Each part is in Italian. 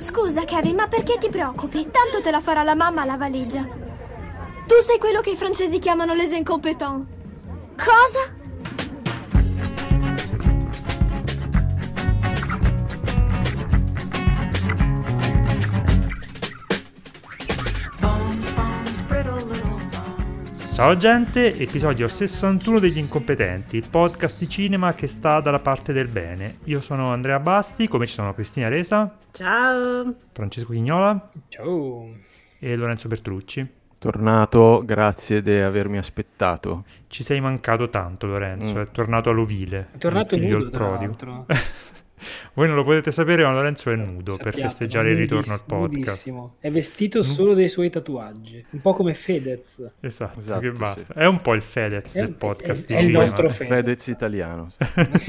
Scusa, Kevin, ma perché ti preoccupi? Tanto te la farà la mamma la valigia. Tu sei quello che i francesi chiamano les incompetents. Cosa? Ciao gente, episodio 61 degli Incompetenti, il podcast di cinema che sta dalla parte del bene. Io sono Andrea Basti, come ci sono Cristina Resa. Ciao. Francesco Chignola. Ciao. E Lorenzo Bertolucci. Tornato, grazie di avermi aspettato. Ci sei mancato tanto, Lorenzo, è tornato all'ovile. È tornato figlio nudo, al tra prodigo. l'altro. Voi non lo potete sapere, ma Lorenzo è nudo per Sappiate, festeggiare il ritorno al podcast. nudissimo. È vestito solo dei suoi tatuaggi, un po' come Fedez. Esatto, Esatto, che sì. basta. È un po' il Fedez del podcast di è il cinema. nostro Fedez italiano. Sì.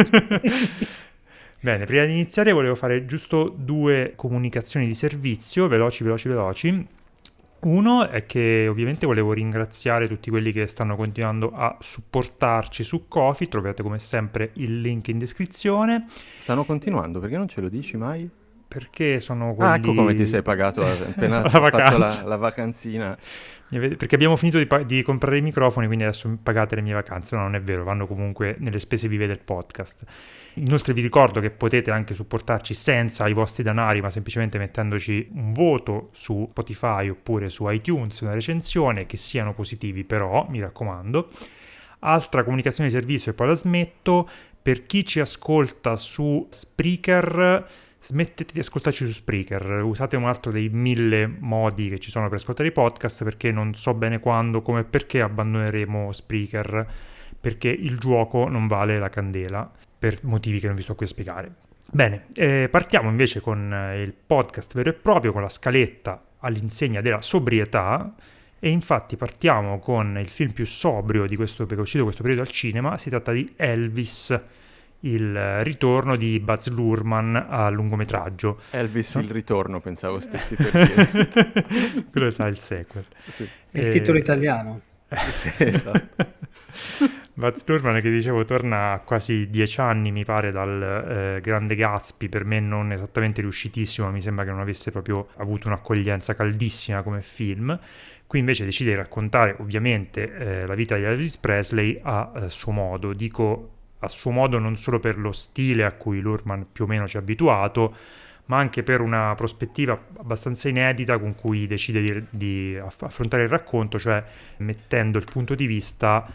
Bene, prima di iniziare volevo fare giusto 2 comunicazioni di servizio, veloci. Uno è che ovviamente volevo ringraziare tutti quelli che stanno continuando a supportarci su Ko-fi, trovate come sempre il link in descrizione. Stanno continuando, perché non ce lo dici mai? Perché sono quelli... Ah, ecco come ti sei pagato appena la fatto vacanza. la vacanzina. Perché abbiamo finito di comprare i microfoni, quindi adesso pagate le mie vacanze. No, non è vero, vanno comunque nelle spese vive del podcast. Inoltre vi ricordo che potete anche supportarci senza i vostri danari, ma semplicemente mettendoci un voto su Spotify oppure su iTunes, una recensione, che siano positivi però, mi raccomando. Altra comunicazione di servizio e poi la smetto: per chi ci ascolta su Spreaker, smettete di ascoltarci su Spreaker, usate un altro dei 1000 modi che ci sono per ascoltare i podcast, perché non so bene quando, come e perché abbandoneremo Spreaker, perché il gioco non vale la candela, per motivi che non vi sto qui a spiegare. Bene, partiamo invece con il podcast vero e proprio, con la scaletta all'insegna della sobrietà, e infatti partiamo con il film più sobrio di questo, che è uscito questo periodo al cinema. Si tratta di Elvis, il ritorno di Baz Luhrmann a lungometraggio. Elvis il ritorno, pensavo stessi per dire. Quello sarà il sequel. Sì. È il titolo italiano. Sì, esatto. Baz Luhrmann, che dicevo torna a quasi 10 anni mi pare dal Grande Gatsby, per me non esattamente riuscitissimo, mi sembra che non avesse proprio avuto un'accoglienza caldissima come film. Qui invece decide di raccontare ovviamente la vita di Elvis Presley a suo modo. Dico a suo modo non solo per lo stile a cui Luhrmann più o meno ci ha abituato, ma anche per una prospettiva abbastanza inedita con cui decide di affrontare il racconto, cioè mettendo il punto di vista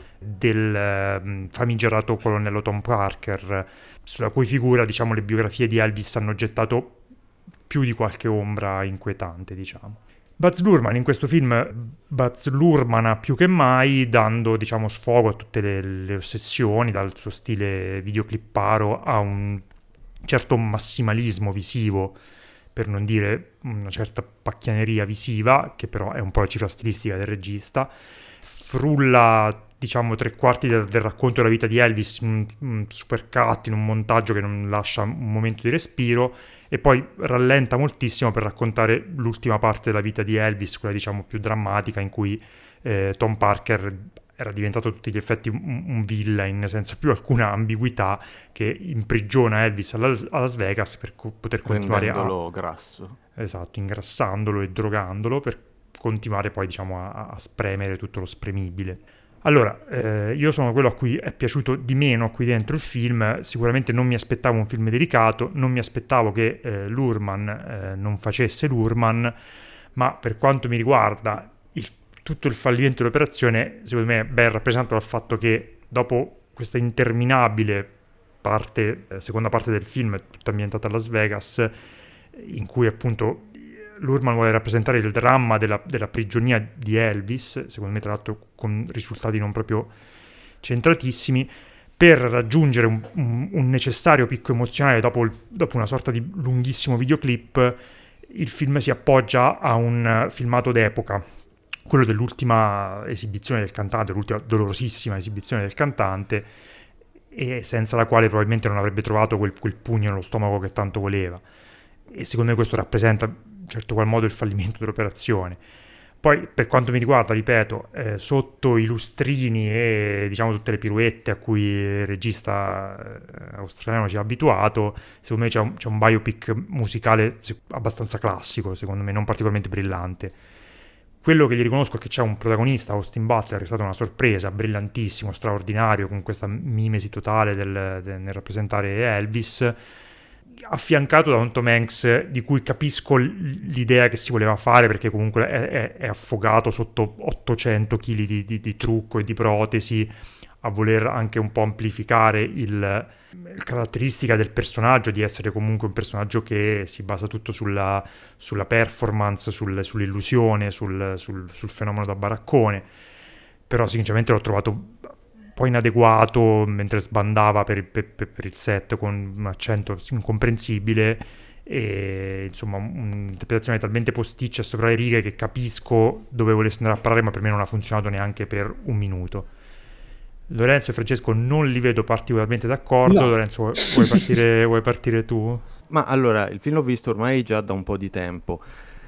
del famigerato colonnello Tom Parker, sulla cui figura, diciamo, le biografie di Elvis hanno gettato più di qualche ombra inquietante, diciamo. Baz Luhrmann in questo film Baz Luhrmann più che mai, dando, diciamo, sfogo a tutte le ossessioni, dal suo stile videoclipparo a un certo massimalismo visivo, per non dire una certa pacchianeria visiva, che però è un po' la cifra stilistica del regista. Frulla, diciamo, 3/4 del racconto della vita di Elvis in un supercut, in un montaggio che non lascia un momento di respiro, e poi rallenta moltissimo per raccontare l'ultima parte della vita di Elvis, quella, diciamo, più drammatica, in cui Tom Parker era diventato a tutti gli effetti un villain senza più alcuna ambiguità, che imprigiona Elvis a Las Vegas per poter continuare rendendolo grasso. Esatto, ingrassandolo e drogandolo per continuare poi, diciamo, a spremere tutto lo spremibile. Allora, io sono quello a cui è piaciuto di meno qui dentro il film. Sicuramente non mi aspettavo un film delicato, non mi aspettavo che Luhrmann non facesse Luhrmann, ma per quanto mi riguarda tutto il fallimento dell'operazione, secondo me, è ben rappresentato dal fatto che dopo questa interminabile seconda parte del film, tutta ambientata a Las Vegas, in cui appunto Luhrmann vuole rappresentare il dramma della prigionia di Elvis, secondo me tra l'altro con risultati non proprio centratissimi, per raggiungere un necessario picco emozionale dopo una sorta di lunghissimo videoclip. Il film si appoggia a un filmato d'epoca, quello dell'ultima esibizione del cantante, l'ultima dolorosissima esibizione del cantante, e senza la quale probabilmente non avrebbe trovato quel pugno nello stomaco che tanto voleva. E secondo me questo rappresenta in certo qual modo il fallimento dell'operazione. Poi per quanto mi riguarda, ripeto, sotto i lustrini e diciamo tutte le pirouette a cui il regista australiano ci ha abituato, secondo me c'è un biopic musicale abbastanza classico, secondo me non particolarmente brillante. Quello che gli riconosco è che c'è un protagonista, Austin Butler, che è stata una sorpresa, brillantissimo, straordinario, con questa mimesi totale nel rappresentare Elvis, affiancato da un Tom Hanks di cui capisco l'idea che si voleva fare, perché comunque è affogato sotto 800 kg di trucco e di protesi, a voler anche un po' amplificare la caratteristica del personaggio, di essere comunque un personaggio che si basa tutto sulla performance, sull'illusione, sul fenomeno da baraccone. Però sinceramente l'ho trovato un po' inadeguato mentre sbandava per il set con un accento incomprensibile, e insomma un'interpretazione talmente posticcia sopra le righe che capisco dove volesse andare a parare, ma per me non ha funzionato neanche per un minuto. Lorenzo e Francesco non li vedo particolarmente d'accordo. No. Lorenzo, vuoi partire tu? Ma allora, il film l'ho visto ormai già da un po' di tempo.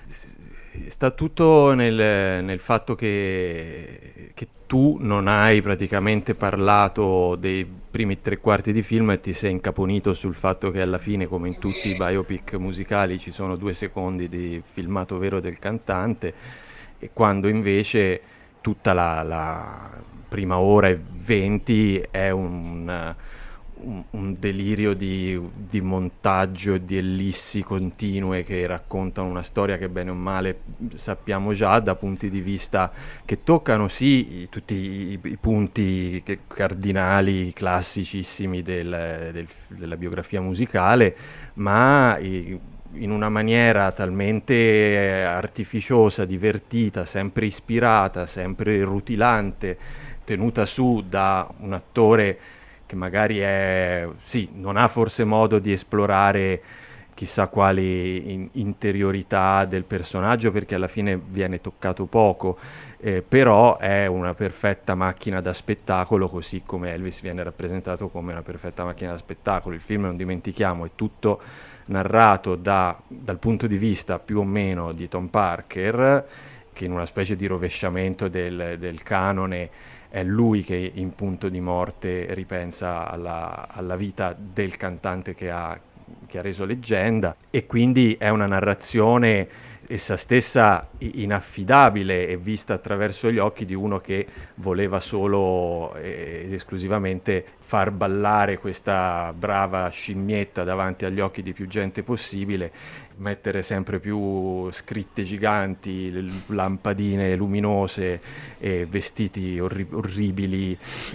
Sta tutto nel fatto che tu non hai praticamente parlato dei primi 3/4 di film e ti sei incaponito sul fatto che alla fine, come in tutti i biopic musicali, ci sono 2 secondi di filmato vero del cantante, e quando invece tutta la prima ora e 20 è un delirio di montaggio e di ellissi continue che raccontano una storia che bene o male sappiamo già, da punti di vista che toccano sì tutti i punti cardinali classicissimi della biografia musicale, ma in una maniera talmente artificiosa, divertita, sempre ispirata, sempre rutilante, tenuta su da un attore che magari non ha forse modo di esplorare chissà quali interiorità del personaggio, perché alla fine viene toccato poco, però è una perfetta macchina da spettacolo, così come Elvis viene rappresentato come una perfetta macchina da spettacolo. Il film, non dimentichiamo, è tutto narrato dal punto di vista più o meno di Tom Parker, che in una specie di rovesciamento del canone è lui che in punto di morte ripensa alla vita del cantante che ha reso leggenda, e quindi è una narrazione essa stessa inaffidabile e vista attraverso gli occhi di uno che voleva solo ed esclusivamente far ballare questa brava scimmietta davanti agli occhi di più gente possibile, mettere sempre più scritte giganti, lampadine luminose e vestiti orribili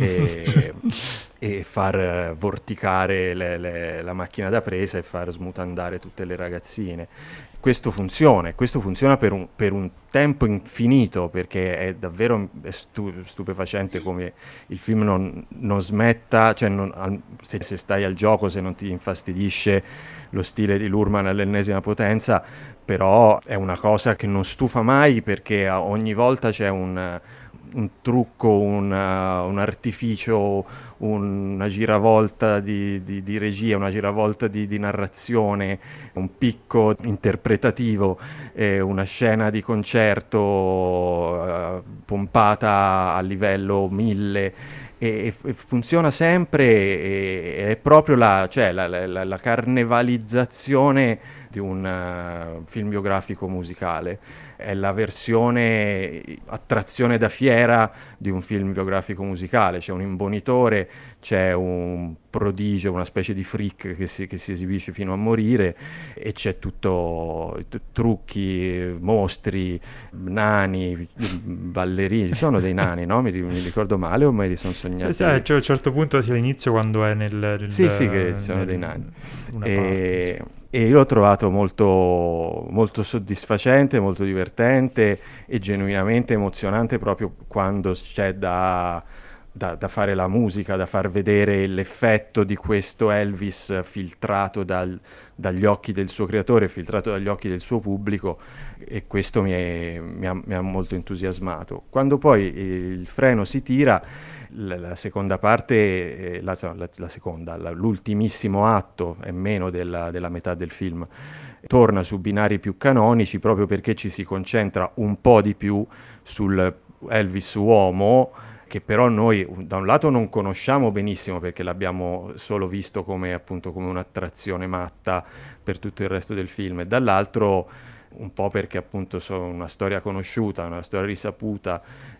e far vorticare la macchina da presa e far smutandare tutte le ragazzine. Questo funziona per un tempo infinito, perché è davvero stupefacente come il film non smetta, cioè se stai al gioco, se non ti infastidisce lo stile di Luhrmann all'ennesima potenza, però è una cosa che non stufa mai, perché ogni volta c'è un trucco, un artificio, una giravolta di regia, una giravolta di narrazione, un picco interpretativo, una scena di concerto pompata a livello 1000, e funziona sempre, è proprio la carnevalizzazione di un film biografico musicale. È la versione attrazione da fiera di un film biografico musicale. C'è un imbonitore, c'è un prodigio, una specie di freak che si esibisce fino a morire, e c'è tutto trucchi, mostri, nani, ballerini. Ci sono dei nani, no? Mi ricordo male o me li sono sognati? Cioè, a un certo punto, sia all'inizio, quando è nel sì, che ci sono dei nani. E io l'ho trovato molto, molto soddisfacente, molto divertente e genuinamente emozionante, proprio quando c'è da da fare la musica, da far vedere l'effetto di questo Elvis filtrato dagli occhi del suo creatore, filtrato dagli occhi del suo pubblico, e questo mi ha molto entusiasmato. Quando poi il freno si tira, la seconda parte, l'ultimissimo atto, è meno della metà del film, torna su binari più canonici, proprio perché ci si concentra un po' di più sul Elvis uomo, che però noi da un lato non conosciamo benissimo perché l'abbiamo solo visto come un'attrazione matta per tutto il resto del film, e dall'altro un po' perché appunto sono una storia conosciuta, una storia risaputa,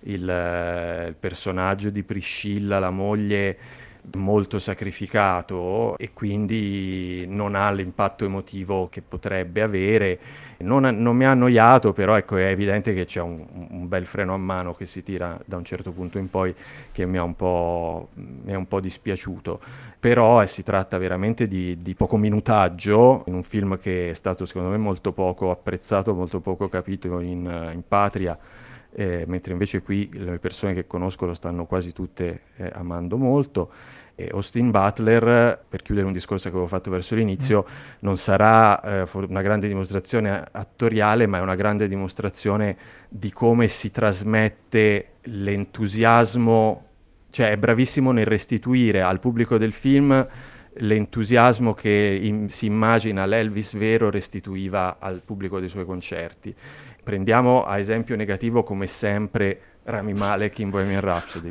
il personaggio di Priscilla, la moglie, molto sacrificato, e quindi non ha l'impatto emotivo che potrebbe avere. Non mi ha annoiato, però ecco, è evidente che c'è un bel freno a mano che si tira da un certo punto in poi, che mi è un po' dispiaciuto. Però si tratta veramente di poco minutaggio in un film che è stato secondo me molto poco apprezzato, molto poco capito in patria, mentre invece qui le persone che conosco lo stanno quasi tutte amando molto. Austin Butler, per chiudere un discorso che avevo fatto verso l'inizio, non sarà una grande dimostrazione attoriale, ma è una grande dimostrazione di come si trasmette l'entusiasmo, cioè è bravissimo nel restituire al pubblico del film l'entusiasmo che si immagina l'Elvis vero restituiva al pubblico dei suoi concerti. Prendiamo a esempio negativo, come sempre, Rami Malek in Bohemian Rhapsody.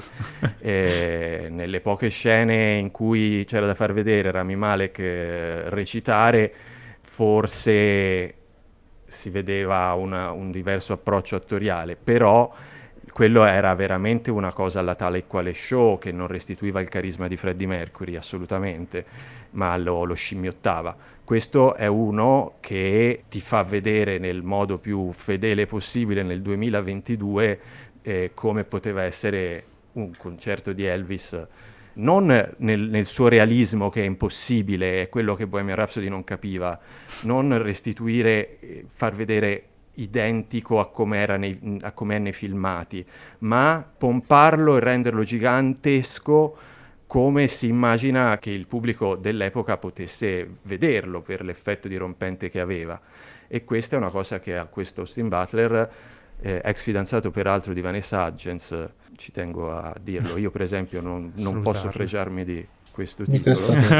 Nelle poche scene in cui c'era da far vedere Rami Malek recitare, forse si vedeva un diverso approccio attoriale, però quello era veramente una cosa alla tale e quale show, che non restituiva il carisma di Freddie Mercury assolutamente, ma lo scimmiottava. Questo è uno che ti fa vedere nel modo più fedele possibile nel 2022 come poteva essere un concerto di Elvis, non nel suo realismo, che è impossibile, è quello che Bohemian Rhapsody non capiva, non restituire, far vedere identico a come è nei filmati, ma pomparlo e renderlo gigantesco come si immagina che il pubblico dell'epoca potesse vederlo, per l'effetto dirompente che aveva. E questa è una cosa che a questo Austin Butler, ex fidanzato peraltro di Vanessa Hudgens, ci tengo a dirlo, io per esempio non posso fregiarmi di questo titolo.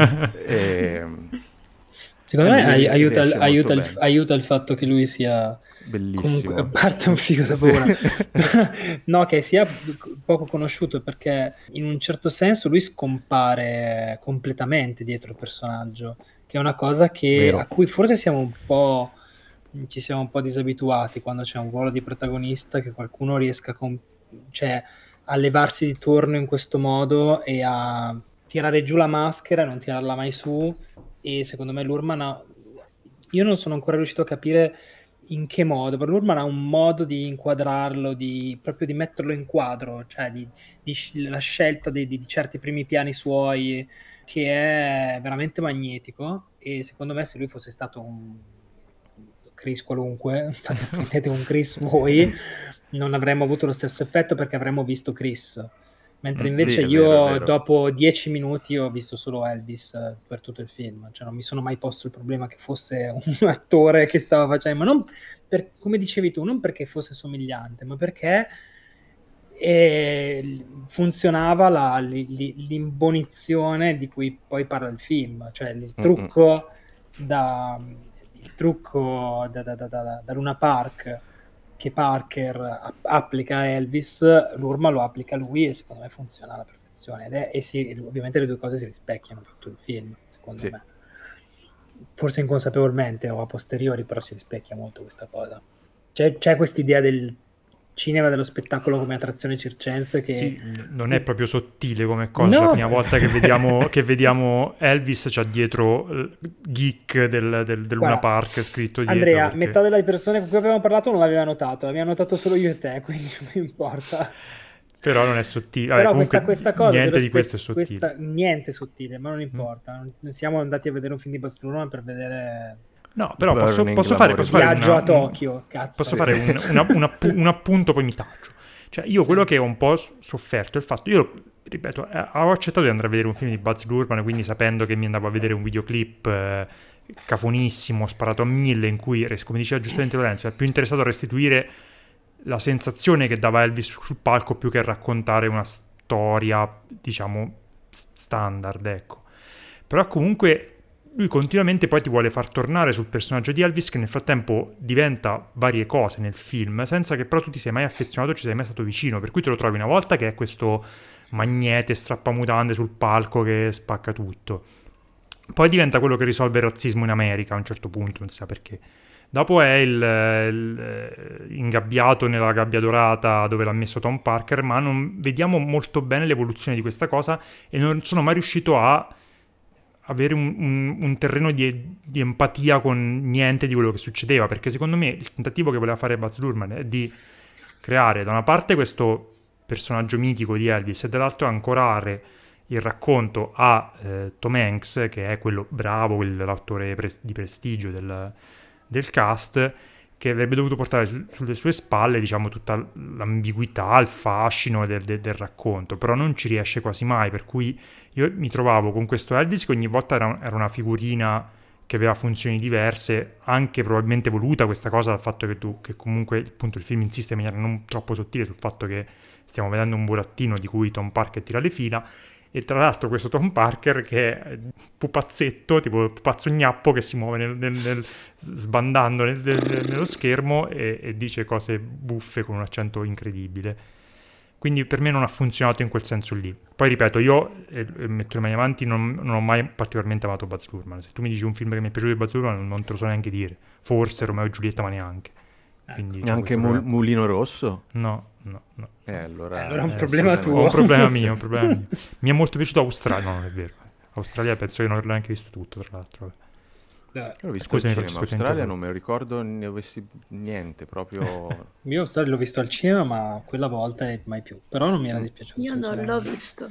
Secondo me aiuta il fatto che lui sia bellissimo, comunque, a parte un figo da paura, no, che sia poco conosciuto, perché in un certo senso lui scompare completamente dietro il personaggio, che è una cosa a cui forse ci siamo un po' disabituati quando c'è un ruolo di protagonista, che qualcuno riesca a levarsi di torno in questo modo e a tirare giù la maschera e non tirarla mai su. E secondo me Luhrmann io non sono ancora riuscito a capire in che modo, però Luhrmann ha un modo di inquadrarlo, proprio di metterlo in quadro, cioè la scelta di certi primi piani suoi, che è veramente magnetico. E secondo me se lui fosse stato un Chris qualunque, fate un Chris voi, non avremmo avuto lo stesso effetto, perché avremmo visto Chris. Mentre invece sì, io è vero. Dopo 10 minuti ho visto solo Elvis per tutto il film, cioè non mi sono mai posto il problema che fosse un attore che stava facendo, ma non come dicevi tu, non perché fosse somigliante, ma perché funzionava l'imbonizione di cui poi parla il film, cioè il trucco da Luna Park che Parker applica a Elvis, Luhrmann lo applica a lui, e secondo me funziona alla perfezione, ovviamente le due cose si rispecchiano per tutto il film, secondo me, forse inconsapevolmente o a posteriori, però si rispecchia molto questa cosa. C'è quest'idea del cinema, dello spettacolo come attrazione circense che sì, non è proprio sottile come cosa. No. La prima volta che vediamo Elvis, c'ha dietro Geek del Luna Park scritto dietro. Andrea, metà delle persone con cui abbiamo parlato non l'aveva notato, l'abbiamo notato solo io e te, quindi non mi importa. Però non è sottile. Però comunque, questa cosa niente di questo è sottile. Niente è sottile, ma non importa. Siamo andati a vedere un film di Baz Luhrmann per vedere... No, però posso fare viaggio a Tokyo, cazzo. Posso fare un appunto, poi mi taccio. Cioè, io quello che ho un po' sofferto è il fatto, io ripeto, ho accettato di andare a vedere un film di Baz Luhrmann, quindi sapendo che mi andavo a vedere un videoclip cafonissimo, sparato a 1000, in cui, come diceva giustamente Lorenzo, è più interessato a restituire la sensazione che dava Elvis sul palco più che a raccontare una storia, diciamo, standard, ecco. Però comunque lui continuamente poi ti vuole far tornare sul personaggio di Elvis, che nel frattempo diventa varie cose nel film, senza che però tu ti sei mai affezionato, ci sei mai stato vicino, per cui te lo trovi una volta che è questo magnete strappamutande sul palco che spacca tutto, poi diventa quello che risolve il razzismo in America a un certo punto, non si sa perché. Dopo è il ingabbiato nella gabbia dorata dove l'ha messo Tom Parker, ma non vediamo molto bene l'evoluzione di questa cosa e non sono mai riuscito a avere un terreno di empatia con niente di quello che succedeva, perché secondo me il tentativo che voleva fare Baz Luhrmann è di creare da una parte questo personaggio mitico di Elvis e dall'altro ancorare il racconto a Tom Hanks, che è quello bravo, l'attore di prestigio del cast, che avrebbe dovuto portare sulle sue spalle, diciamo, tutta l'ambiguità, il fascino del racconto, però non ci riesce quasi mai, per cui io mi trovavo con questo Elvis che ogni volta era una figurina che aveva funzioni diverse, anche probabilmente voluta questa cosa dal fatto che comunque appunto il film insiste in maniera non troppo sottile sul fatto che stiamo vedendo un burattino di cui Tom Parker tira le fila, e tra l'altro questo Tom Parker che è pupazzetto, tipo pupazzo gnappo che si muove sbandando nello schermo e dice cose buffe con un accento incredibile. Quindi per me non ha funzionato in quel senso lì. Poi ripeto, io metto le mani avanti, non ho mai particolarmente amato Baz Luhrmann. Se tu mi dici un film che mi è piaciuto di Baz Luhrmann non te lo so neanche dire. Forse Romeo e Giulietta, ma neanche. Quindi, neanche Mulino Rosso? No. Allora è un problema tuo. Ho un problema mio. Mi è molto piaciuto Australia, no, non è vero. Australia penso che non l'ho neanche visto tutto, tra l'altro. L'ho visto al cinema, Australia non me lo ricordo, ne avessi niente, proprio... Io Australia l'ho visto al cinema, ma quella volta e mai più, però non mi era dispiaciuto. Io non l'ho visto.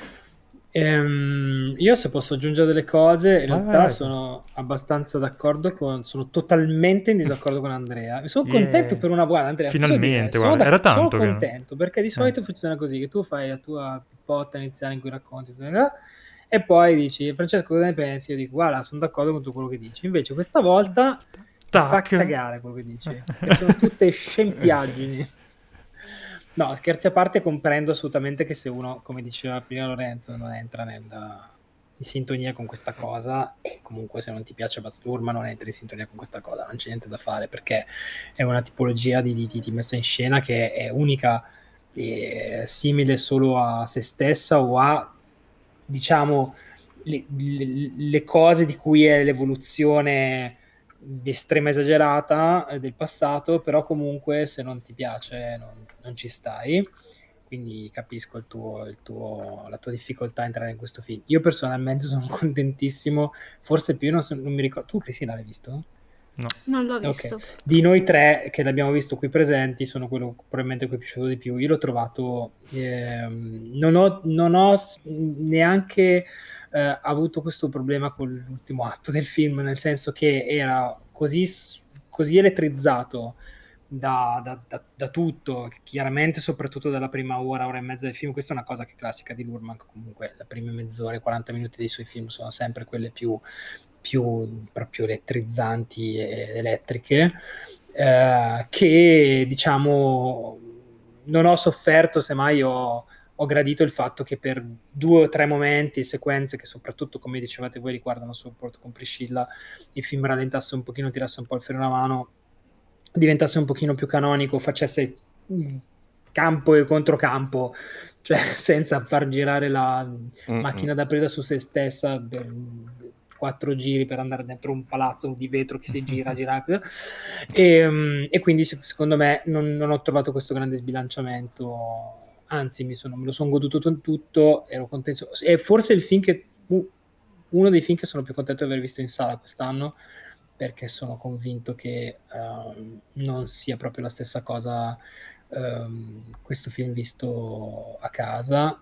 Io se posso aggiungere delle cose, in realtà sono abbastanza d'accordo sono totalmente in disaccordo con Andrea. Sono contento per una buona, Andrea. Finalmente, guarda, era tanto sono contento, perché di solito funziona così, che tu fai la tua pippotta iniziale in cui racconti e poi dici, Francesco, cosa ne pensi? Io dico, guarda, sono d'accordo con tutto quello che dici. Invece questa volta fa cagare quello che dici, che sono tutte scempiaggini. No, scherzi a parte, comprendo assolutamente che se uno, come diceva prima Lorenzo, non entra in sintonia con questa cosa, e comunque se non ti piace Baz Luhrmann non entri in sintonia con questa cosa, non c'è niente da fare, perché è una tipologia di messa in scena che è unica, e simile solo a se stessa o a, diciamo, le cose di cui è l'evoluzione estrema esagerata del passato, però comunque se non ti piace non ci stai, quindi capisco la tua difficoltà a entrare in questo film. Io personalmente sono contentissimo, forse più non mi ricordo. Tu Cristina l'hai visto? No, non l'ho visto. Okay. Di noi tre che l'abbiamo visto qui presenti, sono quello probabilmente che è piaciuto di più. Io l'ho trovato, non ho neanche avuto questo problema con l'ultimo atto del film, nel senso che era così elettrizzato da tutto, chiaramente soprattutto dalla prima ora e mezza del film. Questa è una cosa che è classica di Luhrmann, comunque la prima mezz'ora e 40 minuti dei suoi film sono sempre quelle più proprio elettrizzanti e elettriche, che diciamo non ho sofferto, semmai ho gradito il fatto che per 2 o 3 momenti, sequenze che soprattutto, come dicevate voi, riguardano soprattutto con Priscilla, il film rallentasse un pochino, tirasse un po' il freno a mano, diventasse un pochino più canonico, facesse campo e controcampo, cioè senza far girare la macchina da presa su se stessa 4 giri per andare dentro un palazzo di vetro che si gira e quindi secondo me non ho trovato questo grande sbilanciamento, anzi me lo sono goduto tutto, ero contento, e forse il film uno dei film che sono più contento di aver visto in sala quest'anno, perché sono convinto che non sia proprio la stessa cosa questo film visto a casa,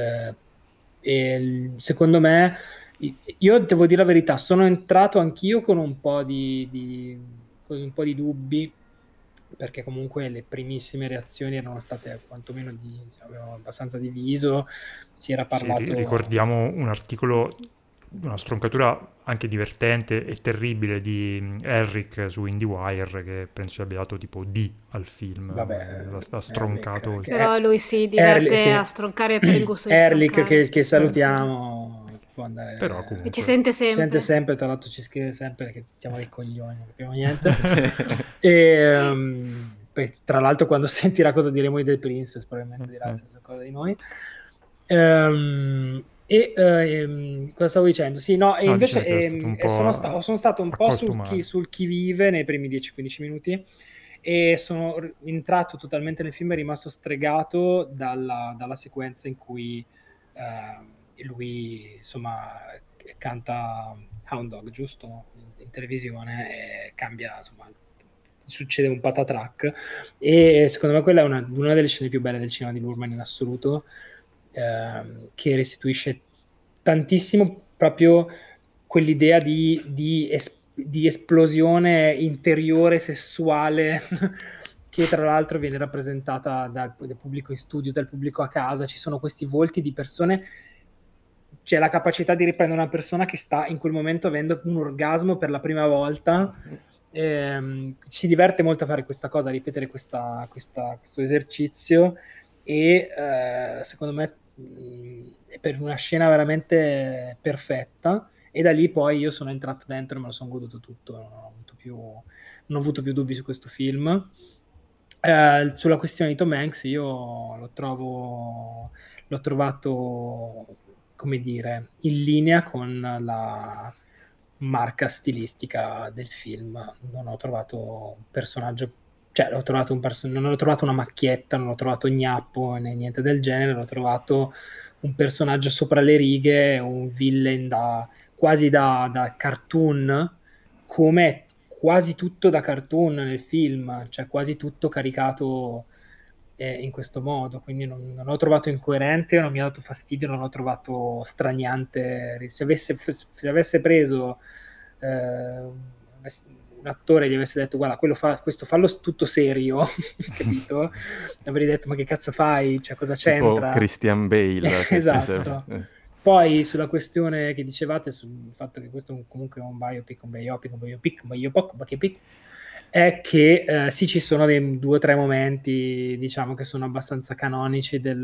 e secondo me, io devo dire la verità, sono entrato anch'io con un po' di dubbi, perché comunque le primissime reazioni erano state quantomeno avevano abbastanza diviso, si era Sì, parlato... ricordiamo un articolo, una stroncatura anche divertente e terribile di Eric su IndieWire, che penso ci abbia dato tipo D al film, Vabbè, l'ha stroncato. Erlich, Però lui si diverte a stroncare per il gusto di Erlich, stroncare. che salutiamo, può andare... Però E comunque ci sente Ci sente sempre. sempre, tra l'altro ci scrive sempre che siamo dei coglioni, non capiamo niente. E, poi, tra l'altro quando sentirà cosa diremo di The Princess probabilmente dirà la stessa cosa di noi. Cosa stavo dicendo? Sì, no, e No, invece dicevo che è stato un po' sono stato un po' accolto male. sul chi vive nei primi 10-15 minuti e sono entrato totalmente nel film e rimasto stregato dalla sequenza in cui lui insomma canta Hound Dog, giusto? In televisione e cambia, insomma, succede un patatrack e secondo me quella è una delle scene più belle del cinema di Luhrmann in assoluto, che restituisce tantissimo proprio quell'idea di esplosione interiore sessuale che tra l'altro viene rappresentata dal pubblico in studio, dal pubblico a casa. Ci sono questi volti di persone, c'è la capacità di riprendere una persona che sta in quel momento avendo un orgasmo per la prima volta. Si diverte molto a fare questa cosa, a ripetere questo esercizio e secondo me è per una scena veramente perfetta e da lì poi io sono entrato dentro e me lo sono goduto tutto, non ho avuto più dubbi su questo film. Sulla questione di Tom Hanks io l'ho trovato, come dire, in linea con la marca stilistica del film. Non ho trovato un personaggio, cioè non ho trovato una macchietta, non ho trovato gnappo né niente del genere, l'ho trovato un personaggio sopra le righe, un villain quasi da cartoon, come quasi tutto da cartoon nel film, cioè quasi tutto caricato in questo modo, quindi non l'ho trovato incoerente, non mi ha dato fastidio, non l'ho trovato straniante. Se avesse preso un attore e gli avesse detto guarda, questo fallo tutto serio, capito? Avrei detto ma che cazzo fai? Cioè, cosa c'entra? Tipo Christian Bale. Esatto. Poi sulla questione che dicevate sul fatto che questo comunque è un biopic, è che sì, ci sono dei 2 o 3 momenti, diciamo, che sono abbastanza canonici di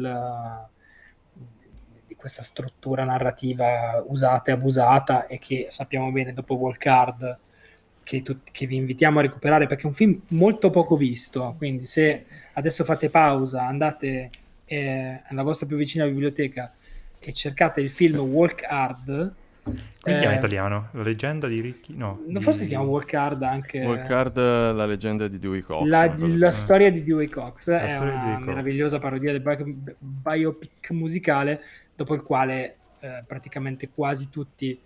questa struttura narrativa usata e abusata e che sappiamo bene dopo Walk Hard che vi invitiamo a recuperare perché è un film molto poco visto, quindi se adesso fate pausa, andate alla vostra più vicina biblioteca e cercate il film Walk Hard. Come si chiama in italiano? La leggenda di Ricky? No. Forse si chiama Walk Hard anche. Walk Hard, la leggenda di Dewey Cox. La storia di Dewey Cox è storia di una Dewey Cox. meravigliosa parodia del biopic musicale, dopo il quale praticamente quasi tutti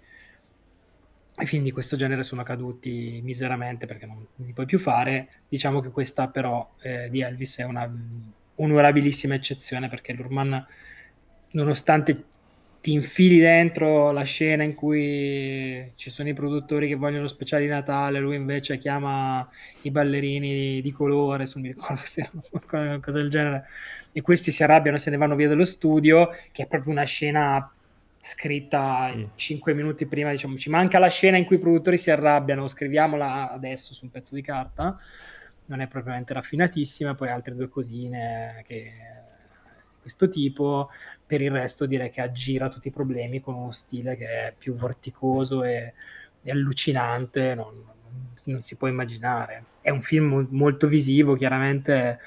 i film di questo genere sono caduti miseramente perché non li puoi più fare. Diciamo che questa però di Elvis è una onorabilissima eccezione perché Luhrmann, nonostante ti infili dentro la scena in cui ci sono i produttori che vogliono lo speciale di Natale, lui invece chiama i ballerini di colore, non mi ricordo se era una cosa del genere, e questi si arrabbiano e se ne vanno via dallo studio, che è proprio una scena scritta 5 minuti prima, diciamo, ci manca la scena in cui i produttori si arrabbiano, scriviamola adesso su un pezzo di carta, non è propriamente raffinatissima, poi altre 2 cosine che questo tipo. Per il resto direi che aggira tutti i problemi con uno stile che è più vorticoso e allucinante, non si può immaginare. È un film molto visivo, chiaramente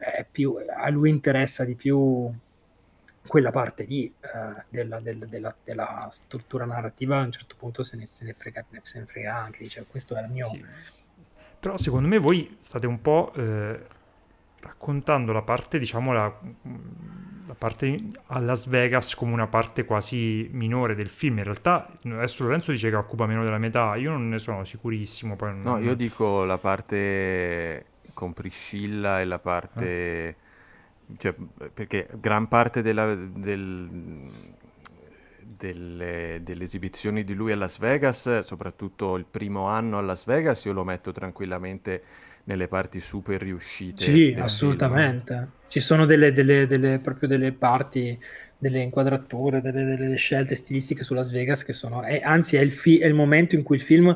a lui interessa di più quella parte lì della struttura narrativa. A un certo punto se ne frega anche, dice questo era il mio... Sì. Però secondo me voi state un po' raccontando la parte, diciamo, la parte a Las Vegas come una parte quasi minore del film. In realtà adesso Lorenzo dice che occupa meno della metà, io non ne sono sicurissimo. Poi No, io dico la parte con Priscilla e la parte... Cioè, perché gran parte delle esibizioni di lui a Las Vegas, soprattutto il primo anno a Las Vegas, io lo metto tranquillamente nelle parti super riuscite Sì, del assolutamente. film. Ci sono proprio delle parti, delle inquadrature, delle scelte stilistiche su Las Vegas che sono, anzi è il momento in cui il film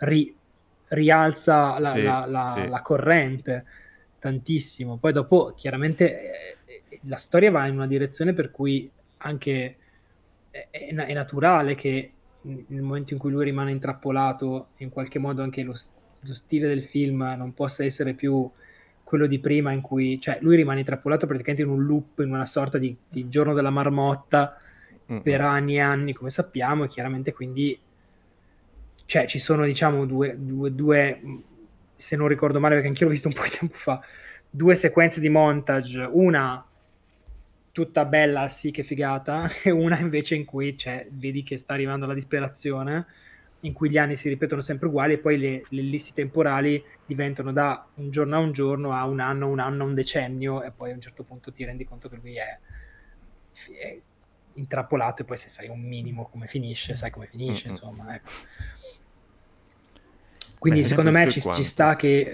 rialza Sì, sì. la corrente tantissimo. Poi dopo chiaramente la storia va in una direzione per cui anche è naturale che nel momento in cui lui rimane intrappolato, in qualche modo anche lo stile del film non possa essere più quello di prima, in cui cioè lui rimane intrappolato praticamente in un loop, in una sorta di giorno della marmotta per anni e anni, come sappiamo, e chiaramente quindi cioè ci sono diciamo due, se non ricordo male perché anch'io l'ho visto un po' di tempo fa, due sequenze di montage, una tutta bella, sì che figata, e una invece in cui vedi che sta arrivando alla disperazione, in cui gli anni si ripetono sempre uguali e poi le ellissi temporali diventano da un giorno a un giorno a un anno, un decennio, e poi a un certo punto ti rendi conto che lui è intrappolato, e poi se sai un minimo come finisce, sai come finisce, insomma, ecco. Quindi Bene, secondo me questo è ci sta che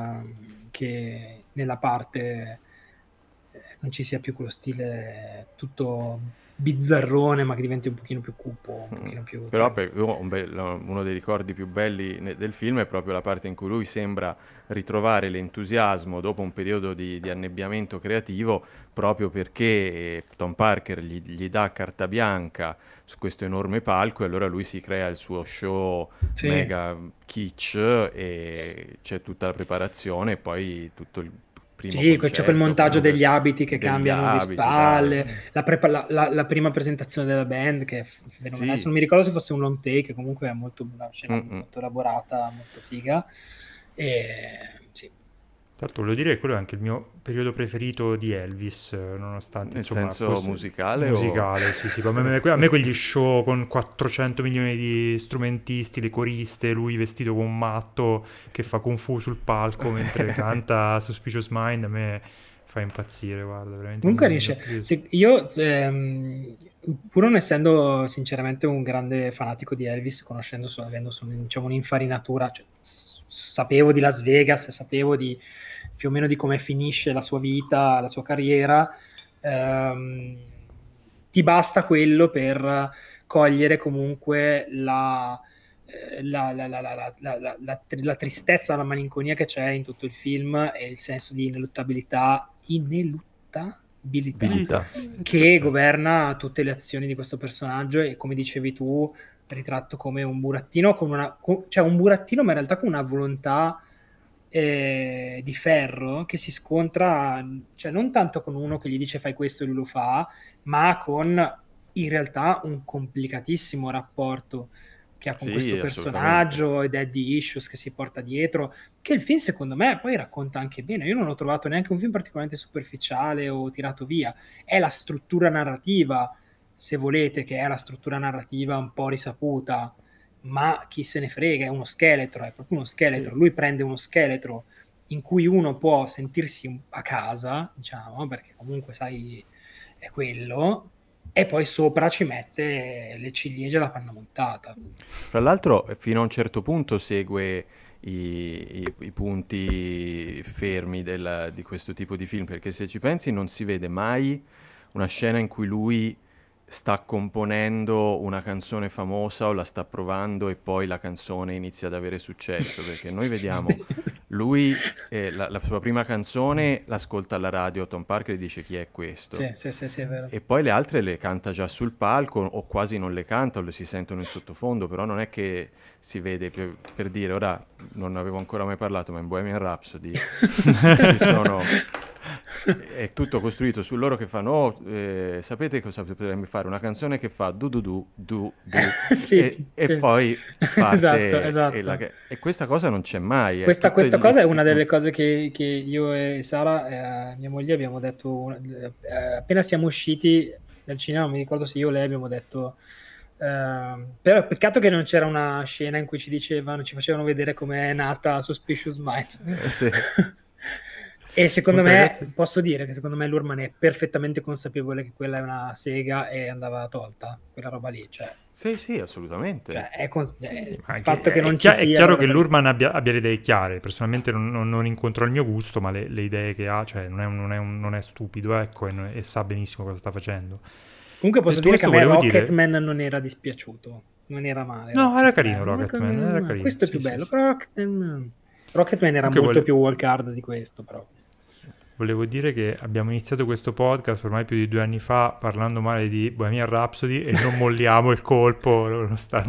nella parte non ci sia più quello stile tutto bizzarrone, ma che diventi un pochino più cupo, un pochino più... Però uno dei ricordi più belli del film è proprio la parte in cui lui sembra ritrovare l'entusiasmo dopo un periodo di annebbiamento creativo, proprio perché Tom Parker gli dà carta bianca su questo enorme palco, e allora lui si crea il suo show mega kitsch, e c'è tutta la preparazione e poi tutto il sì, c'è quel montaggio degli abiti che cambiano di spalle, la prima presentazione della band che è fenomenale. Sì. Non mi ricordo se fosse un long take, comunque è una scena molto elaborata, molto figa. E sì. Tra l'altro volevo dire che quello è anche il mio periodo preferito di Elvis, nonostante nel insomma senso musicale sì, a me quegli show con 400 milioni di strumentisti, le coriste, lui vestito come un matto che fa kung fu sul palco mentre canta Suspicious Mind, a me fa impazzire, guarda, veramente. Comunque io pur non essendo sinceramente un grande fanatico di Elvis, avendo diciamo un'infarinatura, cioè, sapevo di Las Vegas, sapevo più o meno di come finisce la sua vita, la sua carriera, ti basta quello per cogliere comunque la tristezza, la malinconia che c'è in tutto il film, e il senso di ineluttabilità che governa tutte le azioni di questo personaggio, e come dicevi tu, ritratto come un burattino cioè un burattino, ma in realtà con una volontà di ferro, che si scontra, cioè non tanto con uno che gli dice fai questo e lui lo fa, ma con in realtà un complicatissimo rapporto che ha con questo personaggio, ed daddy issues che si porta dietro, che il film secondo me poi racconta anche bene. Io non ho trovato neanche un film particolarmente superficiale o tirato via, è la struttura narrativa, se volete, che è la struttura narrativa un po' risaputa, ma chi se ne frega, è uno scheletro, è proprio uno scheletro. Sì. Lui prende uno scheletro in cui uno può sentirsi a casa, diciamo, perché comunque sai è quello, e poi sopra ci mette le ciliegie e la panna montata. Fra l'altro fino a un certo punto segue i punti fermi di questo tipo di film, perché se ci pensi non si vede mai una scena in cui lui sta componendo una canzone famosa o la sta provando e poi la canzone inizia ad avere successo, perché noi vediamo lui la sua prima canzone l'ascolta alla radio, Tom Parker dice chi è questo, sì, è vero. E poi le altre le canta già sul palco o quasi non le canta o le si sentono in sottofondo, però non è che si vede, per dire, ora non avevo ancora mai parlato, ma in Bohemian Rhapsody ci sono... è tutto costruito su loro che fanno sapete cosa potremmo fare? Una canzone che fa du du du du du sì, e poi parte esatto. E questa cosa non c'è mai. Questa cosa è una delle cose che io e Sara, mia moglie, abbiamo detto appena siamo usciti dal cinema, non mi ricordo se io o lei abbiamo detto però peccato che non c'era una scena in cui ci facevano vedere come è nata Suspicious Minds. Sì. E secondo me, posso dire che secondo me Luhrmann è perfettamente consapevole che quella è una sega e andava tolta, quella roba lì, cioè. Sì, assolutamente. Cioè, il fatto che non ci sia... È chiaro che Luhrmann abbia le idee chiare. Personalmente non incontro il mio gusto, ma le idee che ha, cioè non è stupido, ecco, e sa benissimo cosa sta facendo. Comunque posso dire che a me Rocketman non era dispiaciuto, non era male. No, era carino Rocketman, era carino. Questo è più bello, però Rocketman era molto più walk-hard di questo, però. Volevo dire che abbiamo iniziato questo podcast ormai più di 2 anni fa parlando male di Bohemian Rhapsody e non molliamo il colpo nonostante...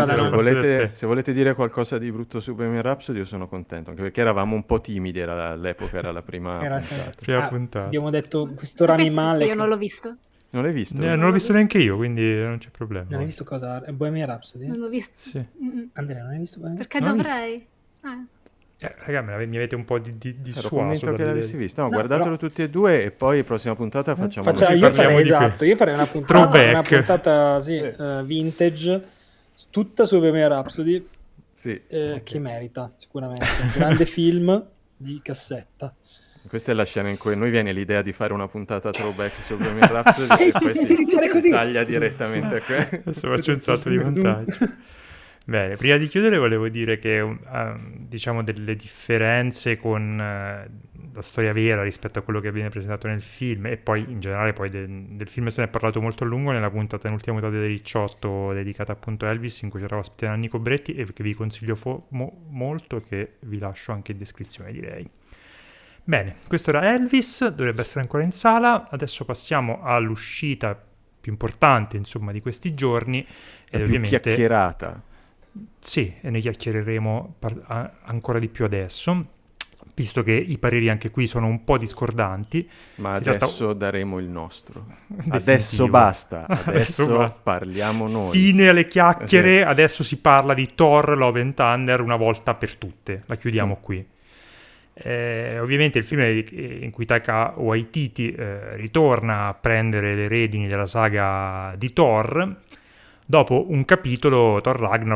Se volete dire qualcosa di brutto su Bohemian Rhapsody io sono contento, anche perché eravamo un po' timidi, all'epoca era la prima puntata. Abbiamo detto questo animale... Io non l'ho visto. Non l'hai visto? Non l'ho visto neanche io, quindi non c'è problema. Non hai visto cosa? Bohemian Rhapsody? Non l'ho visto. Sì. Andrea, non hai visto Bohemian? Perché dovrei? Raga, mi avete un po' di ero convinto che l'avessi visto. No, guardatelo tutti e due e poi la prossima puntata facciamo io farei una puntata vintage tutta su Bohemian Rhapsody che merita sicuramente un grande film di cassetta. Questa è la scena in cui a noi viene l'idea di fare una puntata throwback su Bohemian Rhapsody e poi si taglia direttamente a adesso faccio un salto di montaggio. Bene, prima di chiudere volevo dire che diciamo delle differenze con la storia vera rispetto a quello che viene presentato nel film, e poi in generale poi del film se ne è parlato molto a lungo nell'ultima puntata del Ricciotto dedicata appunto a Elvis, in cui c'era ospite Nanni Cobretti, e che vi consiglio molto, che vi lascio anche in descrizione, direi. Bene, questo era Elvis, dovrebbe essere ancora in sala. Adesso passiamo all'uscita più importante, insomma, di questi giorni. La più ovviamente chiacchierata. Sì, e ne chiacchiereremo ancora di più adesso, visto che i pareri anche qui sono un po' discordanti. Ma adesso daremo il nostro. Adesso basta, adesso parliamo noi. Fine alle chiacchiere, sì. Adesso si parla di Thor Love and Thunder una volta per tutte, la chiudiamo qui. Ovviamente il film in cui Taika Waititi ritorna a prendere le redini della saga di Thor dopo un capitolo, Thor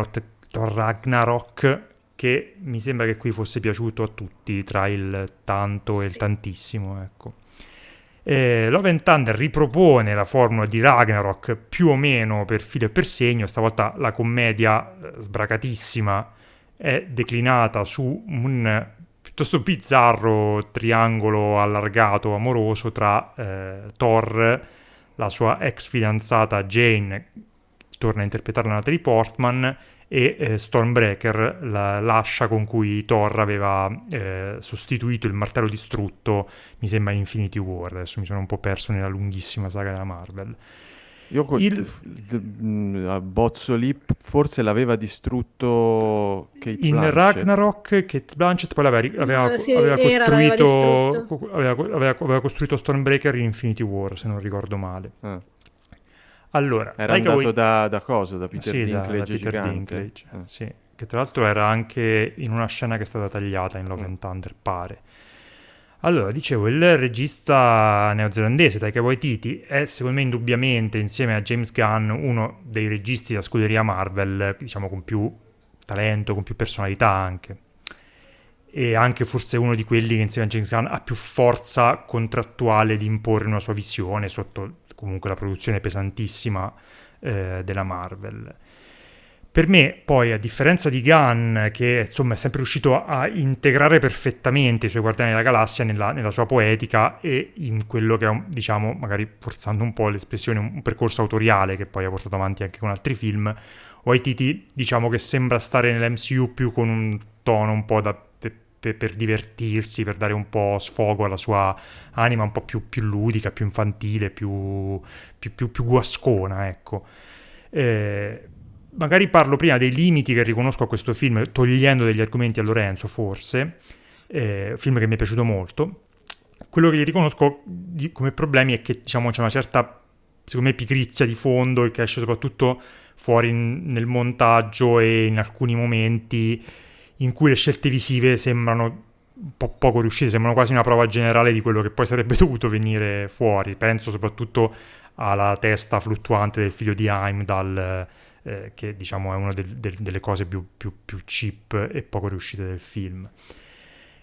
Ragnarok, che mi sembra che qui fosse piaciuto a tutti, tra il tanto e il tantissimo, ecco. Love and Thunder ripropone la formula di Ragnarok più o meno per filo e per segno. Stavolta la commedia sbracatissima è declinata su un piuttosto bizzarro triangolo allargato amoroso tra Thor, la sua ex fidanzata Jane, torna a interpretare Natalie Portman, e Stormbreaker, l'ascia con cui Thor aveva sostituito il martello distrutto, mi sembra in Infinity War. Adesso mi sono un po' perso nella lunghissima saga della Marvel. Io a bozzo lì forse l'aveva distrutto Kate in Blanchett. Ragnarok Kate Blanchett poi aveva costruito Stormbreaker in Infinity War, se non ricordo male. Allora, era andato da cosa? Da Peter Dinklage Peter Dinklage, sì, che tra l'altro era anche in una scena che è stata tagliata in Love and Thunder, pare. Allora, dicevo, il regista neozelandese Taika Waititi è, secondo me, indubbiamente, insieme a James Gunn, uno dei registi della scuderia Marvel, diciamo, con più talento, con più personalità anche. E anche forse uno di quelli che insieme a James Gunn ha più forza contrattuale di imporre una sua visione sotto comunque la produzione pesantissima della Marvel. Per me, poi, a differenza di Gunn, che insomma è sempre riuscito a integrare perfettamente i suoi Guardiani della Galassia nella sua poetica e in quello che è, diciamo, magari forzando un po' l'espressione, un percorso autoriale che poi ha portato avanti anche con altri film, Waititi, diciamo che sembra stare nell'MCU più con un tono un po' per divertirsi, per dare un po' sfogo alla sua anima un po' più ludica, più infantile, più guascona, ecco. Magari parlo prima dei limiti che riconosco a questo film, togliendo degli argomenti a Lorenzo, forse, film che mi è piaciuto molto. Quello che gli riconosco come problemi è che, diciamo, c'è una certa, secondo me, pigrizia di fondo, e che esce soprattutto fuori nel montaggio e in alcuni momenti in cui le scelte visive sembrano un po' poco riuscite, sembrano quasi una prova generale di quello che poi sarebbe dovuto venire fuori. Penso soprattutto alla testa fluttuante del figlio di Heimdall, che diciamo è una delle cose più cheap e poco riuscite del film.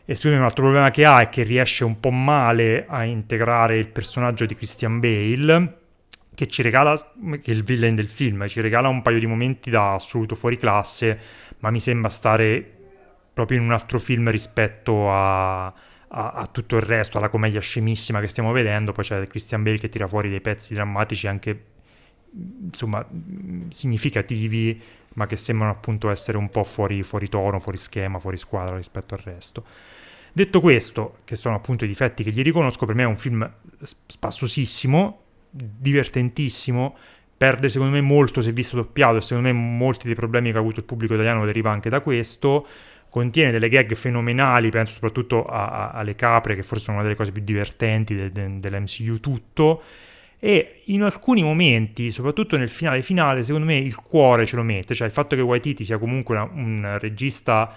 E secondo me un altro problema che ha è che riesce un po' male a integrare il personaggio di Christian Bale, che ci regala, che è il villain del film, ci regala un paio di momenti da assoluto fuoriclasse, ma mi sembra stare proprio in un altro film rispetto a tutto il resto, alla commedia scemissima che stiamo vedendo. Poi c'è Christian Bale che tira fuori dei pezzi drammatici anche, insomma, significativi, ma che sembrano appunto essere un po' fuori tono, fuori schema, fuori squadra rispetto al resto. Detto questo, che sono appunto i difetti che gli riconosco, per me è un film spassosissimo, divertentissimo, perde secondo me molto se visto doppiato, e secondo me molti dei problemi che ha avuto il pubblico italiano deriva anche da questo. Contiene delle gag fenomenali, penso soprattutto alle capre, che forse sono una delle cose più divertenti dell'MCU tutto, e in alcuni momenti, soprattutto nel finale, secondo me il cuore ce lo mette, cioè il fatto che Waititi sia comunque un regista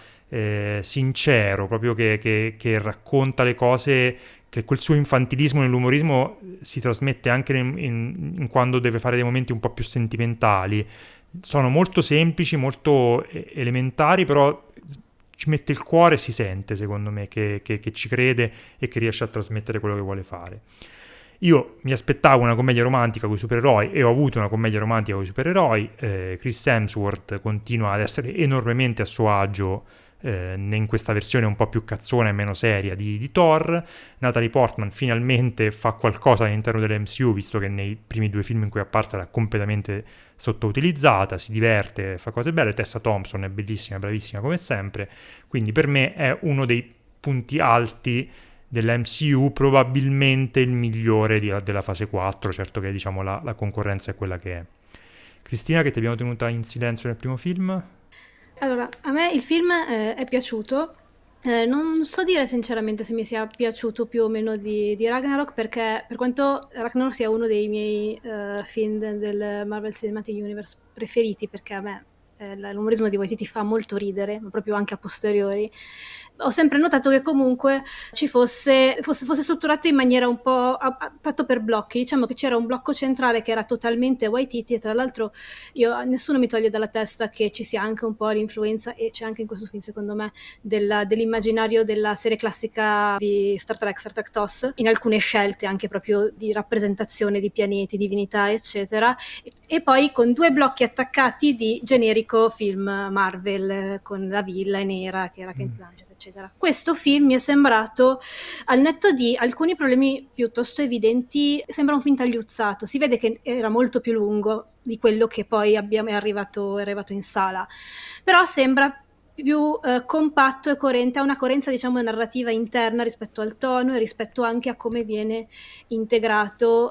sincero, proprio che racconta le cose, che quel suo infantilismo nell'umorismo si trasmette anche in quando deve fare dei momenti un po' più sentimentali. Sono molto semplici, molto elementari, però ci mette il cuore, si sente secondo me che ci crede e che riesce a trasmettere quello che vuole fare. Io mi aspettavo una commedia romantica con i supereroi e ho avuto una commedia romantica con i supereroi. Chris Hemsworth continua ad essere enormemente a suo agio in questa versione un po' più cazzona e meno seria di Thor. Natalie Portman finalmente fa qualcosa all'interno dell'MCU, visto che nei primi 2 film in cui è apparsa era completamente sottoutilizzata, si diverte, fa cose belle. Tessa Thompson è bellissima, bravissima come sempre, quindi per me è uno dei punti alti dell'MCU, probabilmente il migliore della fase 4, certo che diciamo la concorrenza è quella che è. Cristina, che ti abbiamo tenuta in silenzio nel primo film? Allora, a me il film è piaciuto. Non so dire sinceramente se mi sia piaciuto più o meno di Ragnarok, perché per quanto Ragnarok sia uno dei miei film del Marvel Cinematic Universe preferiti, perché a me l'umorismo di Waititi fa molto ridere, ma proprio anche a posteriori, ho sempre notato che comunque ci fosse strutturato in maniera un po' fatto per blocchi. Diciamo che c'era un blocco centrale che era totalmente Waititi, e tra l'altro nessuno mi toglie dalla testa che ci sia anche un po' l'influenza, e c'è anche in questo film secondo me, dell'immaginario della serie classica di Star Trek TOS, in alcune scelte anche proprio di rappresentazione di pianeti, divinità eccetera, e poi con 2 blocchi attaccati di generico film Marvel, con la villa nera che era Kate Blanchett eccetera. Questo film mi è sembrato, al netto di alcuni problemi piuttosto evidenti, sembra un film tagliuzzato. Si vede che era molto più lungo di quello che poi è arrivato in sala, però sembra più compatto e coerente, ha una coerenza diciamo narrativa interna rispetto al tono e rispetto anche a come viene integrato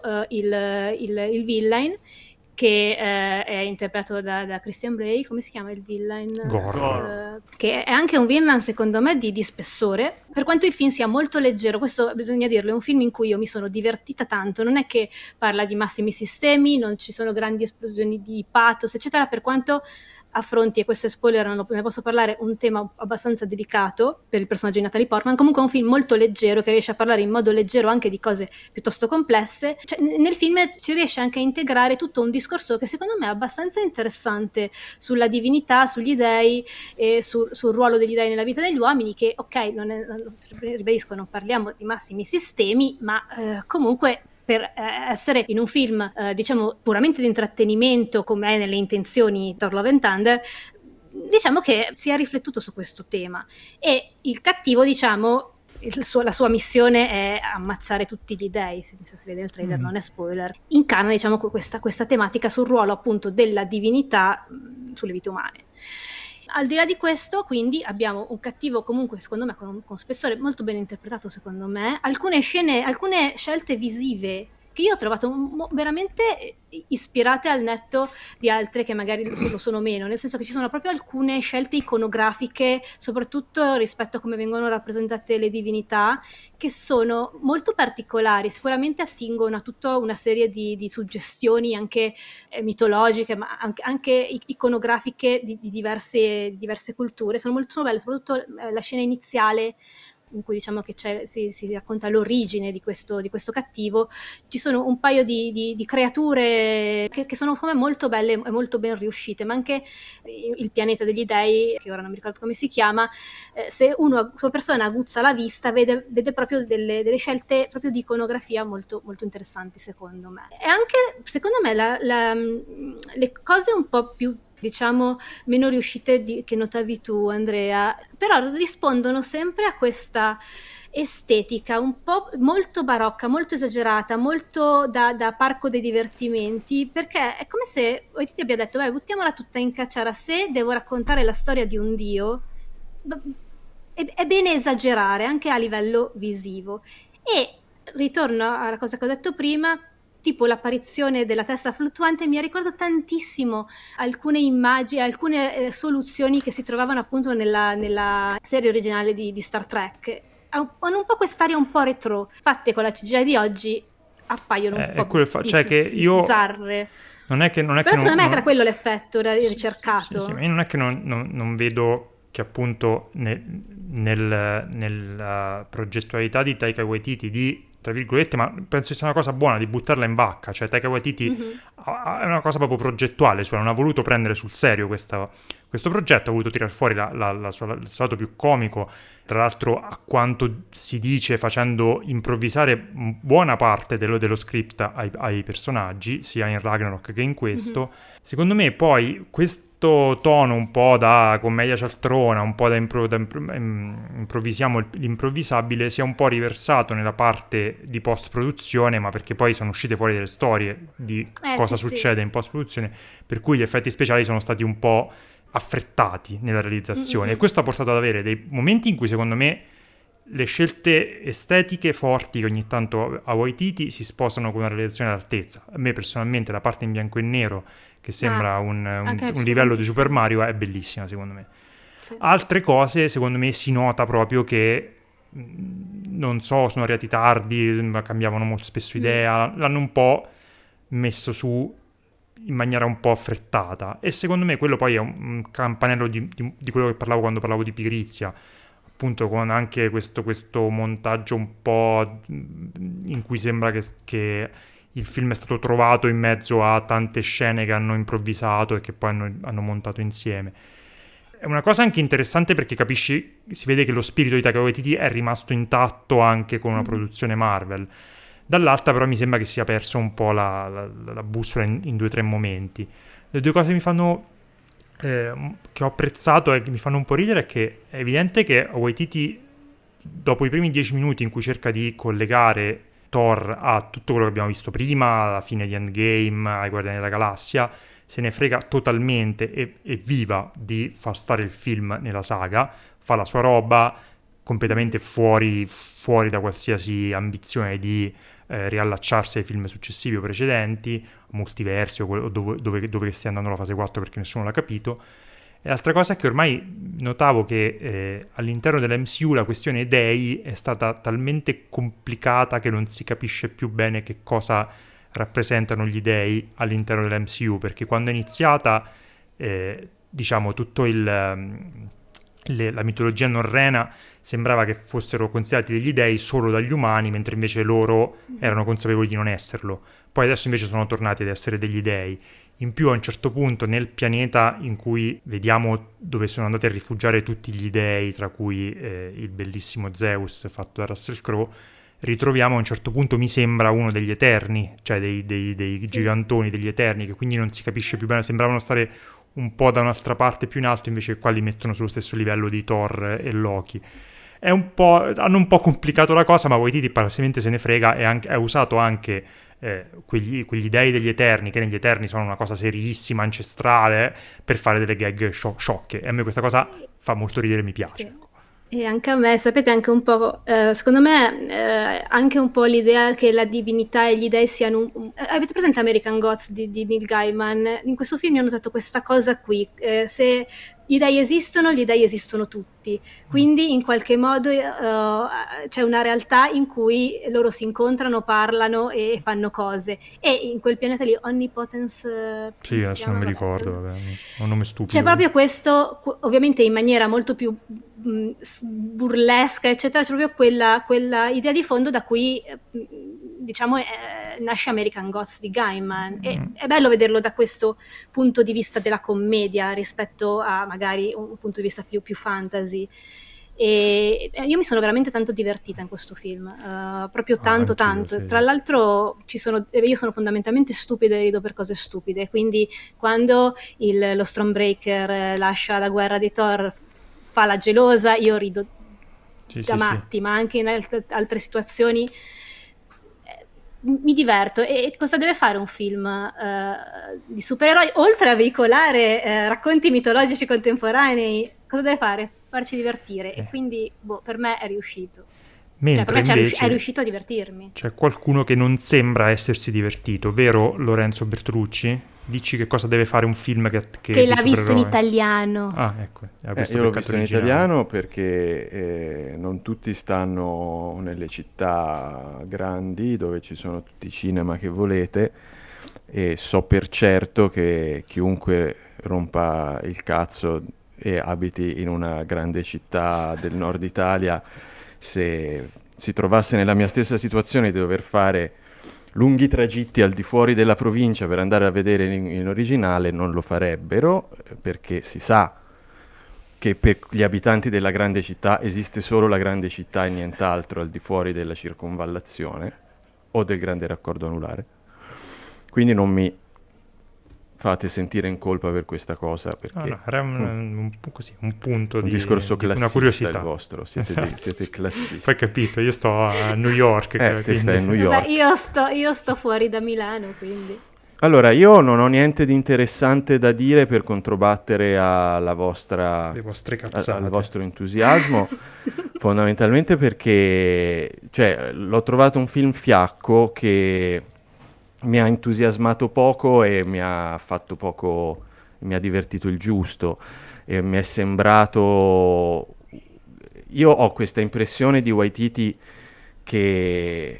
il villain, che è interpretato da Christian Bale. Come si chiama il villain? Gorr. Che è anche un villain secondo me di spessore, per quanto il film sia molto leggero. Questo bisogna dirlo, è un film in cui io mi sono divertita tanto, non è che parla di massimi sistemi, non ci sono grandi esplosioni di pathos eccetera, per quanto affronti, e questo è spoiler, non ne posso parlare, un tema abbastanza delicato per il personaggio di Natalie Portman. Comunque è un film molto leggero, che riesce a parlare in modo leggero anche di cose piuttosto complesse. Cioè, nel film ci riesce anche a integrare tutto un discorso che secondo me è abbastanza interessante sulla divinità, sugli dei e sul ruolo degli dei nella vita degli uomini, che ok, ribadisco, non parliamo di massimi sistemi, ma comunque per essere in un film diciamo puramente di intrattenimento, come è nelle intenzioni Thor Love and Thunder, diciamo che si è riflettuto su questo tema. E il cattivo, diciamo, la sua missione è ammazzare tutti gli dei, se si vede il trailer, non è spoiler. Incarna diciamo questa tematica sul ruolo appunto della divinità sulle vite umane. Al di là di questo, quindi, abbiamo un cattivo comunque, secondo me, con spessore, molto ben interpretato, secondo me. Alcune scelte visive che io ho trovato veramente ispirate al netto di altre che magari lo sono meno, nel senso che ci sono proprio alcune scelte iconografiche, soprattutto rispetto a come vengono rappresentate le divinità, che sono molto particolari, sicuramente attingono a tutta una serie di suggestioni anche mitologiche, ma anche iconografiche di diverse culture. Sono molto belle, soprattutto la scena iniziale in cui diciamo che si racconta l'origine di questo cattivo, ci sono un paio di creature che sono come molto belle e molto ben riuscite, ma anche il pianeta degli dei, che ora non mi ricordo come si chiama, se una persona aguzza la vista vede proprio delle scelte proprio di iconografia molto, molto interessanti, secondo me. E anche secondo me le cose un po' più, diciamo, meno riuscite che notavi tu, Andrea, però rispondono sempre a questa estetica un po' molto barocca, molto esagerata, molto da parco dei divertimenti, perché è come se ti abbia detto, buttiamola tutta in cacciara, se devo raccontare la storia di un dio è bene esagerare anche a livello visivo. E ritorno alla cosa che ho detto prima, tipo l'apparizione della testa fluttuante, mi ha ricordato tantissimo alcune immagini, alcune soluzioni che si trovavano appunto nella serie originale di Star Trek. Hanno un po' quest'aria un po' retro, fatte con la CGI di oggi appaiono un po' cioè che io bizzarre. Non è che però secondo me era quello l'effetto ricercato. Sì, io non è che non vedo che appunto nella progettualità di Taika Waititi di, tra virgolette, ma penso sia una cosa buona di buttarla in vacca, cioè Taika Waititi è una cosa proprio progettuale, cioè non ha voluto prendere sul serio questo progetto, ha voluto tirar fuori il lato più comico, tra l'altro a quanto si dice facendo improvvisare buona parte dello script ai personaggi, sia in Ragnarok che in questo. Secondo me poi questo tono un po' da commedia cialtrona, un po' da improvvisiamo l'improvvisabile, sia un po' riversato nella parte di post-produzione, ma perché poi sono uscite fuori delle storie di cosa succede in post-produzione, per cui gli effetti speciali sono stati un po' affrettati nella realizzazione, e questo ha portato ad avere dei momenti in cui secondo me le scelte estetiche forti che ogni tanto a Waititi si sposano con una realizzazione all'altezza. A me personalmente la parte in bianco e nero, che sembra un livello di Super Mario, è bellissima secondo me. Sì. Altre cose secondo me si nota proprio che non so, sono arrivati tardi, cambiavano molto spesso idea, l'hanno un po' messo su in maniera un po' affrettata, e secondo me quello poi è un campanello di quello che parlavo quando parlavo di pigrizia, appunto, con anche questo montaggio un po' in cui sembra che il film è stato trovato in mezzo a tante scene che hanno improvvisato e che poi hanno montato insieme. È una cosa anche interessante perché capisci, si vede che lo spirito di Taika Waititi è rimasto intatto anche con una produzione Marvel. Dall'altra però mi sembra che sia perso un po' la bussola in 2 o 3 momenti. Le due cose che ho apprezzato e che mi fanno un po' ridere è che è evidente che Waititi, dopo i primi 10 minuti in cui cerca di collegare Thor a tutto quello che abbiamo visto prima, alla fine di Endgame, ai Guardiani della Galassia, se ne frega totalmente e viva di far stare il film nella saga, fa la sua roba completamente fuori da qualsiasi ambizione di riallacciarsi ai film successivi o precedenti, multiversi o dove stia andando la fase 4, perché nessuno l'ha capito. E l'altra cosa è che ormai notavo che all'interno dell'MCU la questione dei è stata talmente complicata che non si capisce più bene che cosa rappresentano gli dei all'interno dell'MCU, perché quando è iniziata diciamo tutto la mitologia norrena sembrava che fossero considerati degli dei solo dagli umani, mentre invece loro erano consapevoli di non esserlo. Poi adesso invece sono tornati ad essere degli dei. In più a un certo punto nel pianeta in cui vediamo dove sono andati a rifugiare tutti gli dei, tra cui il bellissimo Zeus fatto da Russell Crowe, ritroviamo a un certo punto, mi sembra, uno degli Eterni, cioè dei gigantoni degli Eterni, che quindi non si capisce più bene, sembravano stare un po' da un'altra parte più in alto, invece qua li mettono sullo stesso livello di Thor e Loki. Hanno un po' complicato la cosa, ma Waititi palesemente se ne frega, e ha usato anche quegli dei degli Eterni, che negli Eterni sono una cosa serissima, ancestrale, per fare delle gag sciocche, e a me questa cosa fa molto ridere, mi piace. Sì. E anche a me, sapete, anche un po', secondo me, anche un po' l'idea che la divinità e gli dei siano avete presente American Gods di Neil Gaiman? In questo film ho notato questa cosa qui, se gli dei esistono tutti, quindi in qualche modo c'è una realtà in cui loro si incontrano, parlano e fanno cose, e in quel pianeta lì Omnipotence, sì, adesso non mi ricordo, vabbè, è un nome stupido. C'è proprio questo, ovviamente in maniera molto più burlesca, eccetera, c'è proprio quella idea di fondo da cui diciamo nasce American Gods di Gaiman. E è bello vederlo da questo punto di vista della commedia rispetto a magari un punto di vista più fantasy. E io mi sono veramente tanto divertita in questo film, proprio tanto. Sì. Tra l'altro io sono fondamentalmente stupida e rido per cose stupide, quindi quando lo Stormbreaker lascia la guerra di Thor, fa la gelosa, io rido da matti, ma anche in altre situazioni mi diverto. E cosa deve fare un film di supereroi oltre a veicolare racconti mitologici contemporanei? Cosa deve fare? Farci divertire. E quindi per me è riuscito. Mentre per me invece è riuscito a divertirmi. C'è qualcuno che non sembra essersi divertito, vero Lorenzo Bertolucci? Dici che cosa deve fare un film che l'ha visto in italiano. Ecco. Io l'ho visto in italiano perché non tutti stanno nelle città grandi dove ci sono tutti i cinema che volete, e so per certo che chiunque rompa il cazzo e abiti in una grande città del nord Italia, se si trovasse nella mia stessa situazione di dover fare lunghi tragitti al di fuori della provincia per andare a vedere in originale, non lo farebbero, perché si sa che per gli abitanti della grande città esiste solo la grande città e nient'altro al di fuori della circonvallazione o del grande raccordo anulare. Quindi non mi fate sentire in colpa per questa cosa, perché era un punto un discorso di classista, una curiosità. Il vostro, siete classisti. Poi capito, io sto a New York. Te stai a New York. Beh, io sto fuori da Milano, quindi. Allora, io non ho niente di interessante da dire per controbattere le vostre cazzate, al vostro entusiasmo, fondamentalmente perché l'ho trovato un film fiacco che mi ha entusiasmato poco e mi ha fatto poco, mi ha divertito il giusto, e mi è sembrato, io ho questa impressione di Waititi che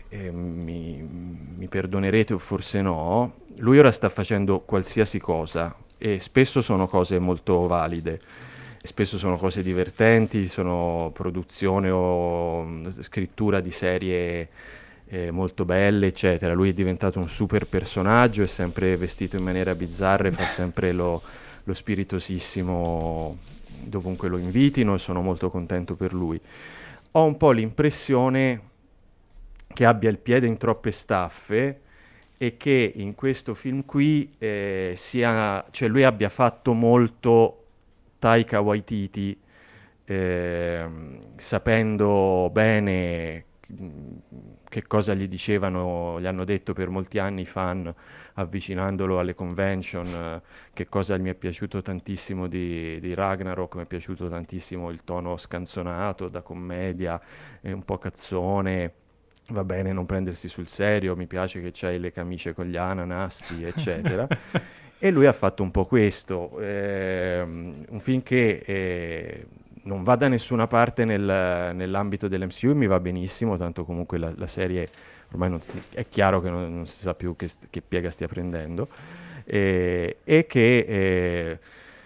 mi perdonerete o forse no, lui ora sta facendo qualsiasi cosa e spesso sono cose molto valide, spesso sono cose divertenti, sono produzione o scrittura di serie molto belle, eccetera. Lui è diventato un super personaggio, è sempre vestito in maniera bizzarra e fa sempre lo spiritosissimo dovunque lo invitino, e sono molto contento per lui. Ho un po' l'impressione che abbia il piede in troppe staffe e che in questo film qui lui abbia fatto molto Taika Waititi, sapendo bene che cosa gli hanno detto per molti anni i fan, avvicinandolo alle convention, che cosa mi è piaciuto tantissimo di Ragnarok, mi è piaciuto tantissimo il tono scanzonato da commedia, un po' cazzone, va bene non prendersi sul serio, mi piace che c'hai le camicie con gli ananassi, eccetera. E lui ha fatto un po' questo, un film che non va da nessuna parte nell'ambito dell'MCU, mi va benissimo, tanto comunque la serie ormai è chiaro che non si sa più che piega stia prendendo, e che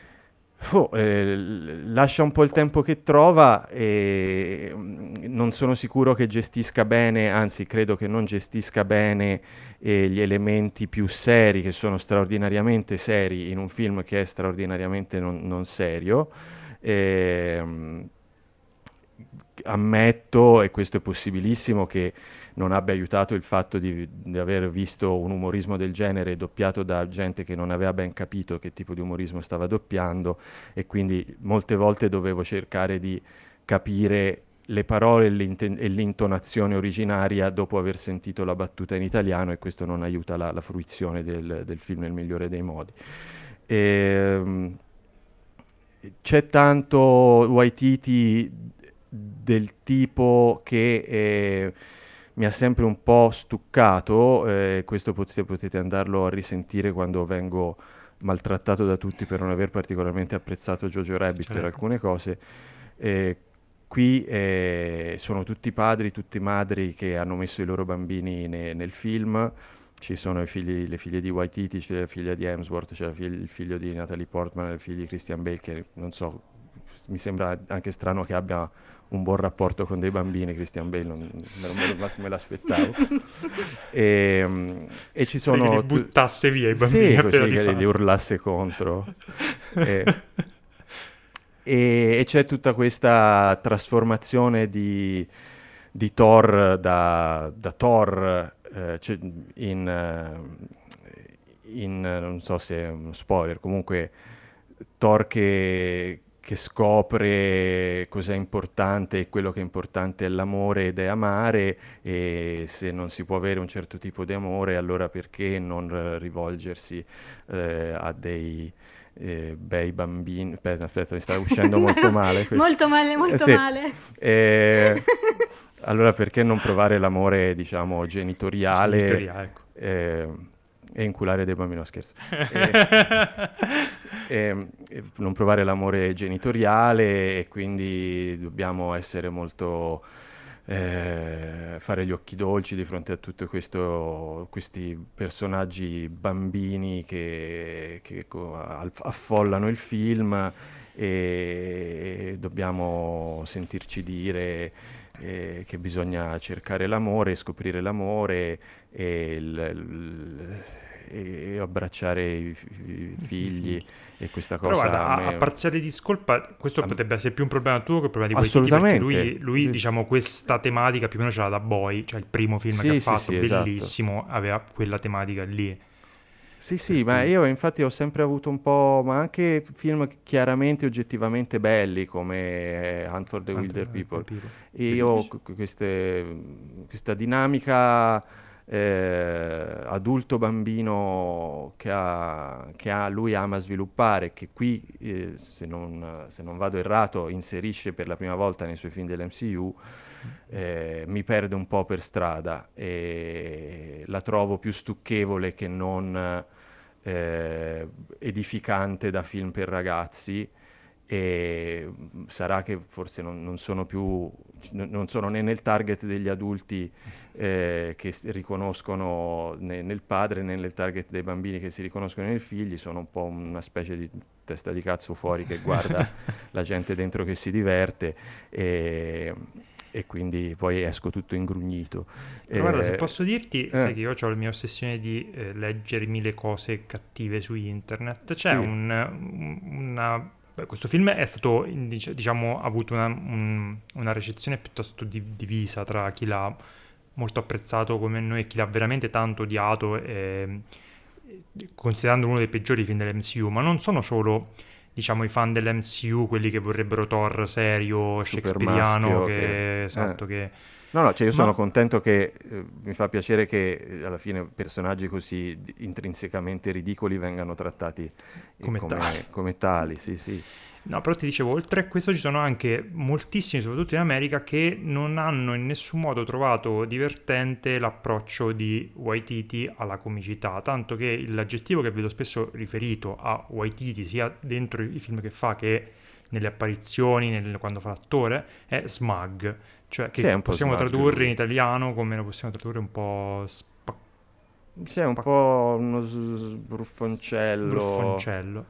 lascia un po' il tempo che trova, e non sono sicuro che gestisca bene, anzi credo che non gestisca bene gli elementi più seri, che sono straordinariamente seri in un film che è straordinariamente non serio. Ammetto, e questo è possibilissimo, che non abbia aiutato il fatto di aver visto un umorismo del genere doppiato da gente che non aveva ben capito che tipo di umorismo stava doppiando, e quindi molte volte dovevo cercare di capire le parole e l'intonazione originaria dopo aver sentito la battuta in italiano, e questo non aiuta la fruizione del film nel migliore dei modi. C'è tanto Waititi del tipo che mi ha sempre un po' stuccato, questo potete andarlo a risentire quando vengo maltrattato da tutti per non aver particolarmente apprezzato Jojo Rabbit per alcune cose. Qui sono tutti padri, tutti madri che hanno messo i loro bambini nel film. Ci sono le figlie di Waititi, c'è la figlia di Hemsworth, c'è il figlio di Natalie Portman, il figlio di Christian Bale, che non so mi sembra anche strano che abbia un buon rapporto con dei bambini. Christian Bale non me l'aspettavo. E ci sono... Che li buttasse via i bambini. Sì, così che li urlasse contro. E c'è tutta questa trasformazione di Thor da Thor in non so se è uno spoiler, comunque Thor che scopre cos'è importante, e quello che è importante è l'amore ed è amare, e se non si può avere un certo tipo di amore, allora perché non rivolgersi a dei bei bambini. Aspetta, mi sta uscendo molto male questo. Molto male, sì. male. Allora perché non provare l'amore, diciamo, genitoriale, ecco. E inculare dei bambini, no, scherzo. Non provare l'amore genitoriale, e quindi dobbiamo essere molto fare gli occhi dolci di fronte a tutti questi personaggi bambini che affollano il film, e dobbiamo sentirci dire che bisogna cercare l'amore, scoprire l'amore e abbracciare i figli, e questa cosa. Però guarda, a parziale discolpa, questo potrebbe essere più un problema tuo che un problema di assolutamente, perché lui sì. Diciamo, questa tematica più o meno ce l'ha da Boy, cioè il primo film che ha fatto, bellissimo, esatto. Aveva quella tematica lì. Sì, ma io infatti ho sempre avuto un po', ma anche film chiaramente oggettivamente belli come Hunt for the Wilder People. E io ho questa dinamica adulto-bambino che lui ama sviluppare, che qui, se non vado errato, inserisce per la prima volta nei suoi film dell'MCU. Mi perde un po' per strada, e la trovo più stucchevole che non edificante da film per ragazzi, e sarà che forse non sono né nel target degli adulti che si riconoscono nel padre, né nel target dei bambini che si riconoscono nei figli. Sono un po' una specie di testa di cazzo fuori che guarda la gente dentro che si diverte, e quindi poi esco tutto ingrugnito. Guarda, se posso dirti, sai che io ho la mia ossessione di leggermi le cose cattive su internet. C'è questo film è stato, diciamo, ha avuto una recensione piuttosto divisa tra chi l'ha molto apprezzato come noi e chi l'ha veramente tanto odiato, considerando uno dei peggiori film dell'MCU. Ma non sono solo, diciamo, i fan dell'MCU quelli che vorrebbero Thor serio, shakespeariano, esatto, che... No, cioè io sono contento che mi fa piacere che alla fine personaggi così intrinsecamente ridicoli vengano trattati come tali, sì. No, però ti dicevo, oltre a questo ci sono anche moltissimi, soprattutto in America, che non hanno in nessun modo trovato divertente l'approccio di Waititi alla comicità, tanto che l'aggettivo che vedo spesso riferito a Waititi, sia dentro i film che fa che nelle apparizioni, quando fa l'attore, è smug, cioè che possiamo tradurre in italiano come lo possiamo tradurre un po'... Sì, è un po' uno sbruffoncello.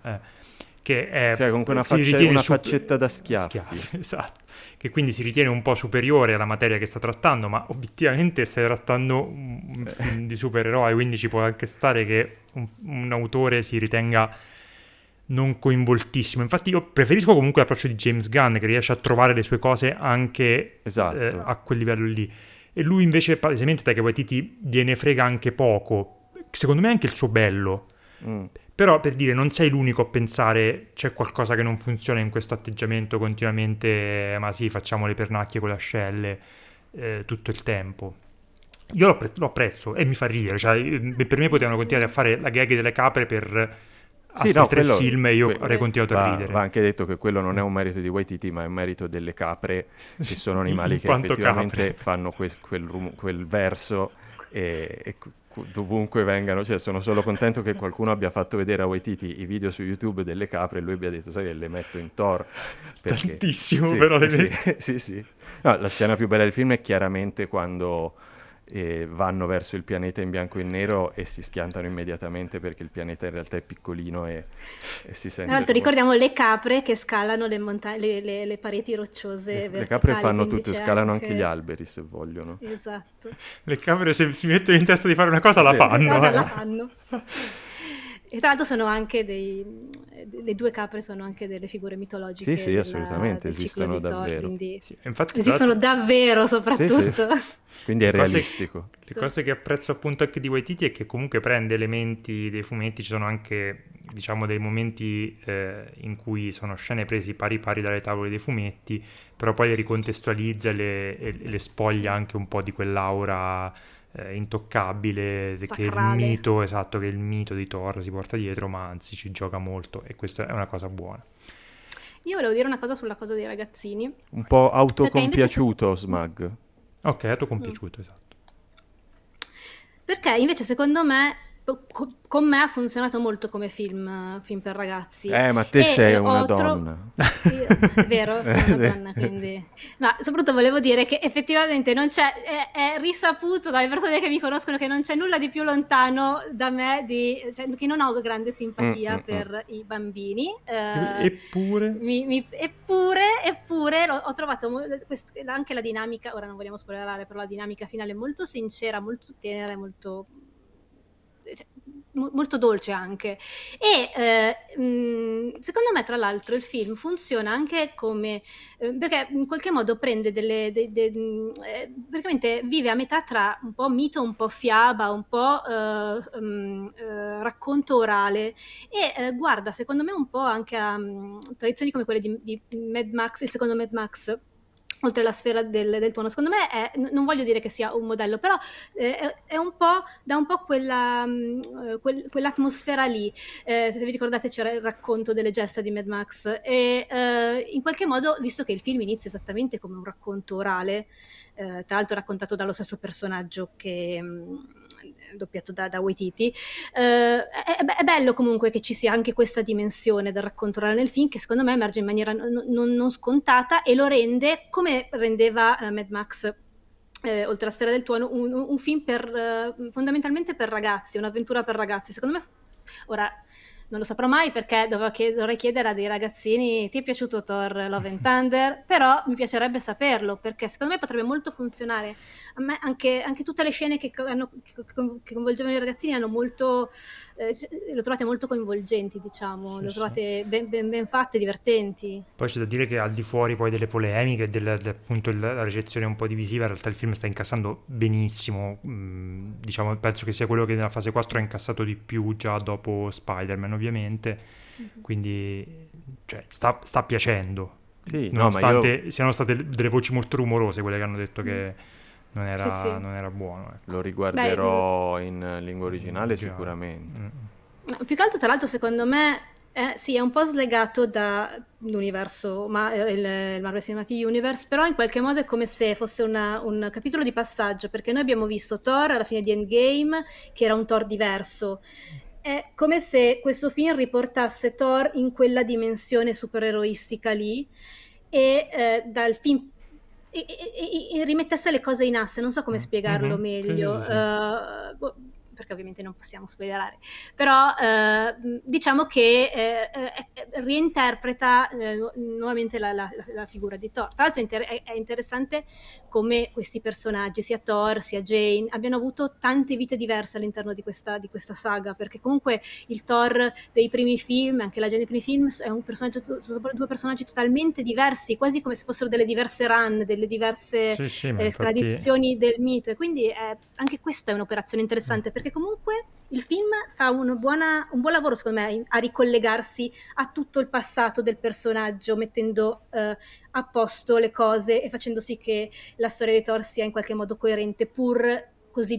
Che è, cioè comunque una faccetta da schiaffi. Esatto, che quindi si ritiene un po' superiore alla materia che sta trattando, ma obiettivamente stai trattando un film di supereroi, quindi ci può anche stare che un autore si ritenga non coinvoltissimo. Infatti io preferisco comunque l'approccio di James Gunn, che riesce a trovare le sue cose anche a quel livello lì, e lui invece palesemente Taika Waititi gliene frega anche poco, secondo me è anche il suo bello. Però, per dire, non sei l'unico a pensare c'è qualcosa che non funziona in questo atteggiamento continuamente, ma sì, facciamo le pernacchie con le ascelle tutto il tempo. Io lo apprezzo e mi fa ridere, cioè per me potevano continuare a fare la gag delle capre per altri 3 film e io avrei continuato a ridere. Va anche detto che quello non è un merito di Waititi, ma è un merito delle capre, che sono animali che effettivamente fanno quel verso e dovunque vengano, cioè sono solo contento che qualcuno abbia fatto vedere a Waititi i video su YouTube delle capre e lui abbia detto, sai che le metto in Thor, perché tantissimo, però le sì. No, la scena più bella del film è chiaramente quando e vanno verso il pianeta in bianco e nero e si schiantano immediatamente perché il pianeta in realtà è piccolino e si sente... Tra l'altro ricordiamo le capre che scalano le pareti rocciose le capre fanno quindi tutto, scalano anche gli alberi se vogliono. Esatto. Le capre se si mettono in testa di fare una cosa la fanno. Cosa la fanno. E tra l'altro sono anche le due capre sono anche delle figure mitologiche. Sì, assolutamente, del ciclo esistono di Thor, davvero. quindi Sì, infatti, esistono davvero soprattutto. Sì. Quindi è realistico. Le cose che apprezzo appunto anche di Waititi è che comunque prende elementi dei fumetti, ci sono anche diciamo dei momenti in cui sono scene presi pari pari dalle tavole dei fumetti, però poi le ricontestualizza e le spoglia anche un po' di quell'aura intoccabile che il mito, esatto, che il mito di Thor si porta dietro, ma anzi ci gioca molto e questa è una cosa buona. Io volevo dire una cosa sulla cosa dei ragazzini. Un po' autocompiaciuto Smug. Ok, autocompiaciuto, esatto. Perché invece secondo me con me ha funzionato molto come film per ragazzi. Ma te sei una donna. È vero, sono una donna, quindi... No, soprattutto volevo dire che effettivamente non c'è, è risaputo dalle persone che mi conoscono che non c'è nulla di più lontano da me, che non ho grande simpatia per i bambini. Eppure ho trovato anche la dinamica, ora non vogliamo spoilerare, però la dinamica finale molto sincera, molto tenera, molto dolce anche e secondo me tra l'altro il film funziona anche come perché in qualche modo prende praticamente vive a metà tra un po' mito, un po' fiaba, un po' racconto orale e guarda secondo me un po' anche a tradizioni come quelle di Mad Max, il secondo Mad Max, oltre alla sfera del tuono. Secondo me non voglio dire che sia un modello, però è un po' da un po' quell'atmosfera lì. Se vi ricordate c'era il racconto delle gesta di Mad Max e in qualche modo, visto che il film inizia esattamente come un racconto orale, tra l'altro raccontato dallo stesso personaggio che doppiato da Waititi, è bello comunque che ci sia anche questa dimensione del racconto orale nel film, che secondo me emerge in maniera non scontata e lo rende come rendeva Mad Max, oltre alla sfera del tuono, un film fondamentalmente per ragazzi, un'avventura per ragazzi. Secondo me ora non lo saprò mai perché dovrei chiedere a dei ragazzini: ti è piaciuto Thor Love and Thunder? Però mi piacerebbe saperlo, perché secondo me potrebbe molto funzionare. A me anche tutte le scene che coinvolgevano i ragazzini hanno molto le trovate molto coinvolgenti, diciamo, le trovate ben fatte, divertenti. Poi c'è da dire che al di fuori poi delle polemiche e appunto la recensione un po' divisiva, in realtà il film sta incassando benissimo, diciamo, penso che sia quello che nella fase 4 ha incassato di più già dopo Spider-Man ovviamente, quindi cioè, sta piacendo, sì, nonostante siano state delle voci molto rumorose quelle che hanno detto che non era buono, ecco. Lo riguarderò in lingua originale sicuramente. No, più che altro tra l'altro secondo me sì, è un po' slegato dall'universo, il Marvel Cinematic Universe, però in qualche modo è come se fosse un capitolo di passaggio, perché noi abbiamo visto Thor alla fine di Endgame, che era un Thor diverso. È come se questo film riportasse Thor in quella dimensione supereroistica lì e dal film e rimettesse le cose in asse, non so come spiegarlo meglio. Sì. Perché ovviamente non possiamo spoilerare, però diciamo che reinterpreta nuovamente la figura di Thor. Tra l'altro è interessante come questi personaggi, sia Thor sia Jane, abbiano avuto tante vite diverse all'interno di questa saga, perché comunque il Thor dei primi film, anche la Jane dei primi film, sono due personaggi totalmente diversi, quasi come se fossero delle diverse run, delle diverse tradizioni del mito, e quindi anche questa è un'operazione interessante, perché comunque il film fa un buon lavoro secondo me a ricollegarsi a tutto il passato del personaggio, mettendo a posto le cose e facendo sì che la storia di Thor sia in qualche modo coerente, pur così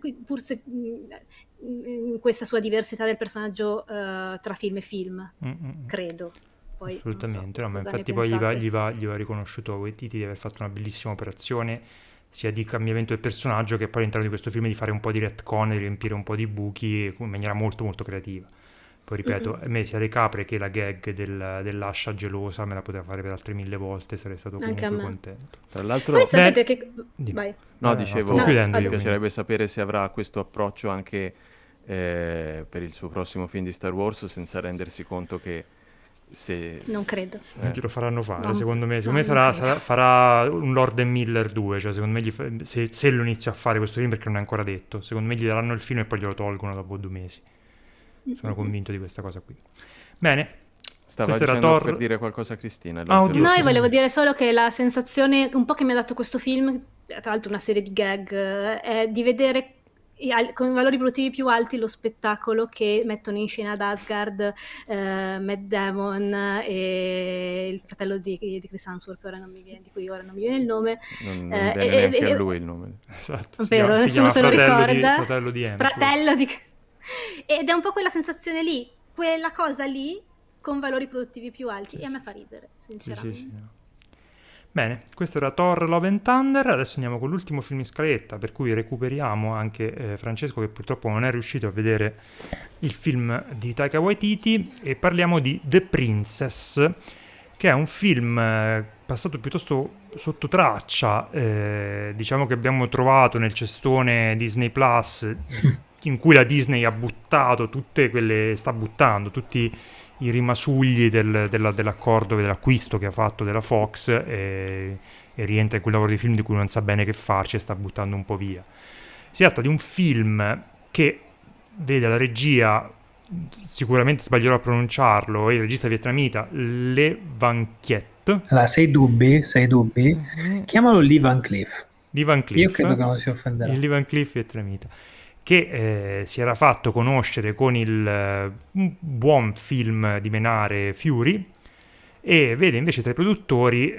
in questa sua diversità del personaggio tra film e film, credo. Poi, assolutamente, non so, ma infatti poi gli va riconosciuto a Waititi di aver fatto una bellissima operazione sia di cambiamento del personaggio che poi all'interno di questo film di fare un po' di retcon, di riempire un po' di buchi in maniera molto molto creativa. Poi ripeto, a me sia le capre che la gag dell'ascia gelosa me la poteva fare per altre 1000 volte, sarei stato Anche a comunque me. contento. Tra l'altro, Poi sapete che... Dimmi. Vai. no, No, dicevo, stavo chiudendo mi io, piacerebbe sapere se avrà questo approccio anche per il suo prossimo film di Star Wars, senza rendersi conto che se... Non credo. Non glielo faranno fare, No, secondo me. no, Secondo me non credo. farà un Lord and Miller 2, cioè secondo me se lo inizia a fare questo film, perché non è ancora detto, secondo me gli daranno il film e poi glielo tolgono dopo 2 mesi. Sono convinto di questa cosa qui. Bene. Stava Questo era dicendo Thor. per dire qualcosa Cristina. Ah, oddio, No, scusa. io volevo dire solo che la sensazione un po' che mi ha dato questo film, tra l'altro una serie di gag, è di vedere con valori produttivi più alti lo spettacolo che mettono in scena ad Asgard Matt Damon e il fratello di Chris Hemsworth, di cui ora non mi viene il nome. Non viene neanche a lui il nome. Esatto. Vero, si nessuno chiama se lo ricorda. fratello di Hemsworth. Fratello di... Ed è un po' quella sensazione lì, quella cosa lì con valori produttivi più alti, e a me fa ridere, sinceramente. Sì. Bene, questo era Thor Love and Thunder. Adesso andiamo con l'ultimo film in scaletta, per cui recuperiamo anche Francesco, che purtroppo non è riuscito a vedere il film di Taika Waititi, e parliamo di The Princess, che è un film passato piuttosto sotto traccia, diciamo che abbiamo trovato nel cestone Disney Plus, in cui la Disney ha buttato sta buttando tutti i rimasugli dell'accordo, dell'acquisto che ha fatto della Fox, e rientra in quel lavoro di film di cui non sa bene che farci e sta buttando un po' via. Si tratta di un film che vede la regia, sicuramente sbaglierò a pronunciarlo, il regista vietnamita Le Van Kiet. Allora, sei dubbi? Chiamalo Lee Van Cleef. Lee Van Cleef. Io credo che non si offenderà. Il Lee Van Cleef vietnamita, che si era fatto conoscere con il buon film di Menare Fury, e vede invece tra i produttori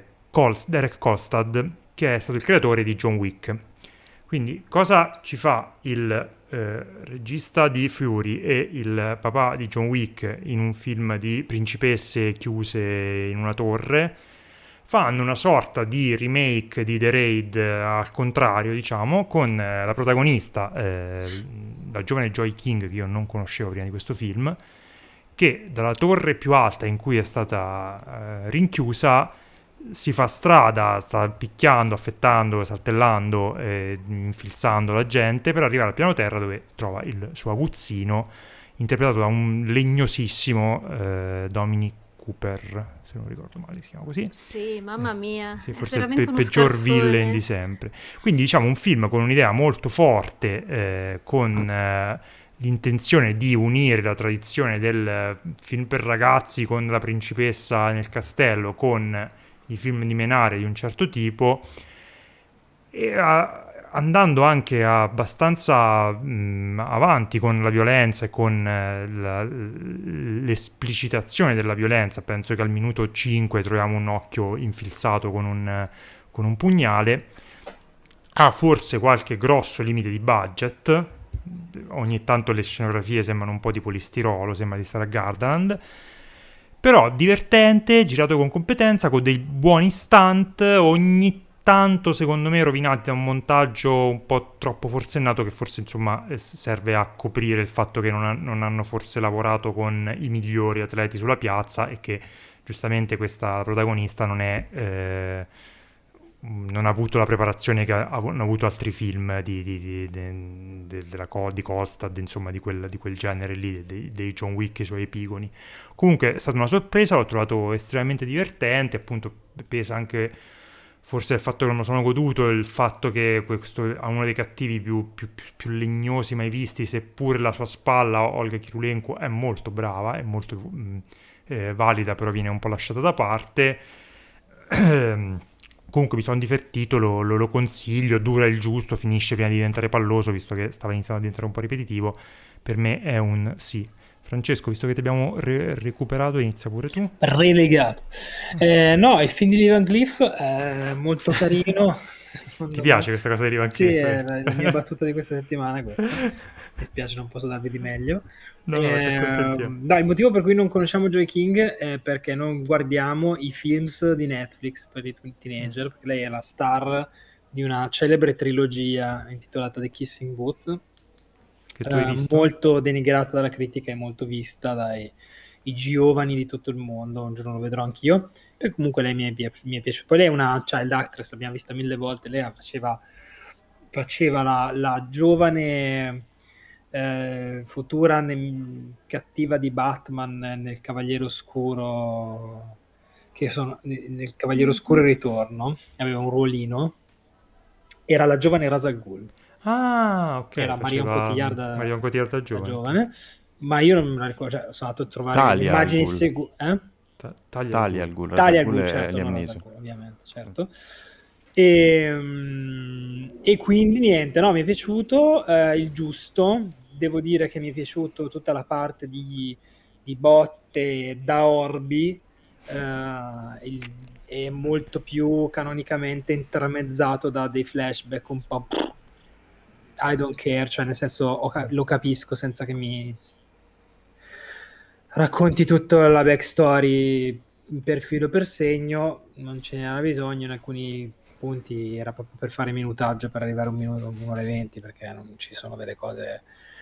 Derek Kolstad, che è stato il creatore di John Wick. Quindi cosa ci fa il regista di Fury e il papà di John Wick in un film di principesse chiuse in una torre? Fanno una sorta di remake di The Raid al contrario, diciamo, con la protagonista, la giovane Joy King, che io non conoscevo prima di questo film, che dalla torre più alta in cui è stata rinchiusa si fa strada, sta picchiando, affettando, saltellando, infilzando la gente per arrivare al piano terra, dove trova il suo aguzzino, interpretato da un legnosissimo Dominic Cooper, se non ricordo male si chiama così. Sì, mamma mia, sì, è forse il veramente uno peggior scarsone. villain di sempre. Quindi diciamo un film con un'idea molto forte, con l'intenzione di unire la tradizione del film per ragazzi con la principessa nel castello con i film di Menare di un certo tipo, e andando anche abbastanza avanti con la violenza e con l'esplicitazione della violenza. Penso che al minuto 5 troviamo un occhio infilzato con un pugnale. Ha forse qualche grosso limite di budget, ogni tanto le scenografie sembrano un po' di polistirolo, sembra di stare a Gardaland, però divertente, girato con competenza, con dei buoni stunt, ogni tanto secondo me rovinati da un montaggio un po' troppo forsennato, che forse insomma serve a coprire il fatto che non hanno forse lavorato con i migliori atleti sulla piazza, e che giustamente questa protagonista non ha avuto la preparazione che hanno avuto altri film di Kolstad, insomma di quel genere lì, dei John Wick e i suoi epigoni. Comunque è stata una sorpresa, l'ho trovato estremamente divertente, appunto pesa anche forse il fatto che non me lo sono goduto, il fatto che questo è uno dei cattivi più legnosi mai visti, seppur la sua spalla, Olga Kurylenko, è molto brava, è molto valida, però viene un po' lasciata da parte. Comunque mi sono divertito, lo consiglio, dura il giusto, finisce prima di diventare palloso, visto che stava iniziando a diventare un po' ripetitivo. Per me è un sì. Francesco, visto che ti abbiamo recuperato, inizia pure tu. Relegato. No, il film di Lee Van Cleef è molto carino. Ti piace questa cosa di Lee Van Cleef? Sì, è la mia battuta di questa settimana. Mi spiace, non posso darvi di meglio. No, ci accontentiamo. No, il motivo per cui non conosciamo Joy King è perché non guardiamo i films di Netflix per i teenager, perché lei è la star di una celebre trilogia intitolata The Kissing Booth, che tu hai visto? Molto denigrata dalla critica e molto vista dai i giovani di tutto il mondo. Un giorno lo vedrò anch'io. E comunque lei mi è piaciuta. Poi lei è una child actress, l'abbiamo vista 1000 volte. Lei faceva la giovane futura cattiva di Batman nel Cavaliere Oscuro, nel Cavaliere Oscuro il Ritorno. Aveva un ruolino. Era la giovane Ra's al Ghul. Ah, ok, Era Marion faceva Cotillard Marion Cotillard da da giovane. giovane, ma io non me la ricordo, cioè, sono andato a trovare le Talia al immagini Ghul. Taglia Talia al al Ghul, Talia al Ra's al Ghul, Ghul è certo, Liam non Neeson. Ra's al Ghul, ovviamente, certo. E quindi niente, no, mi è piaciuto il giusto. Devo dire che mi è piaciuto tutta la parte di botte da orbi, è molto più canonicamente intermezzato da dei flashback un po' I don't care, cioè nel senso lo capisco senza che mi racconti tutta la backstory per filo per segno, non ce n'era bisogno. In alcuni punti era proprio per fare minutaggio, per arrivare a un'ora e 20, perché non ci sono delle cose.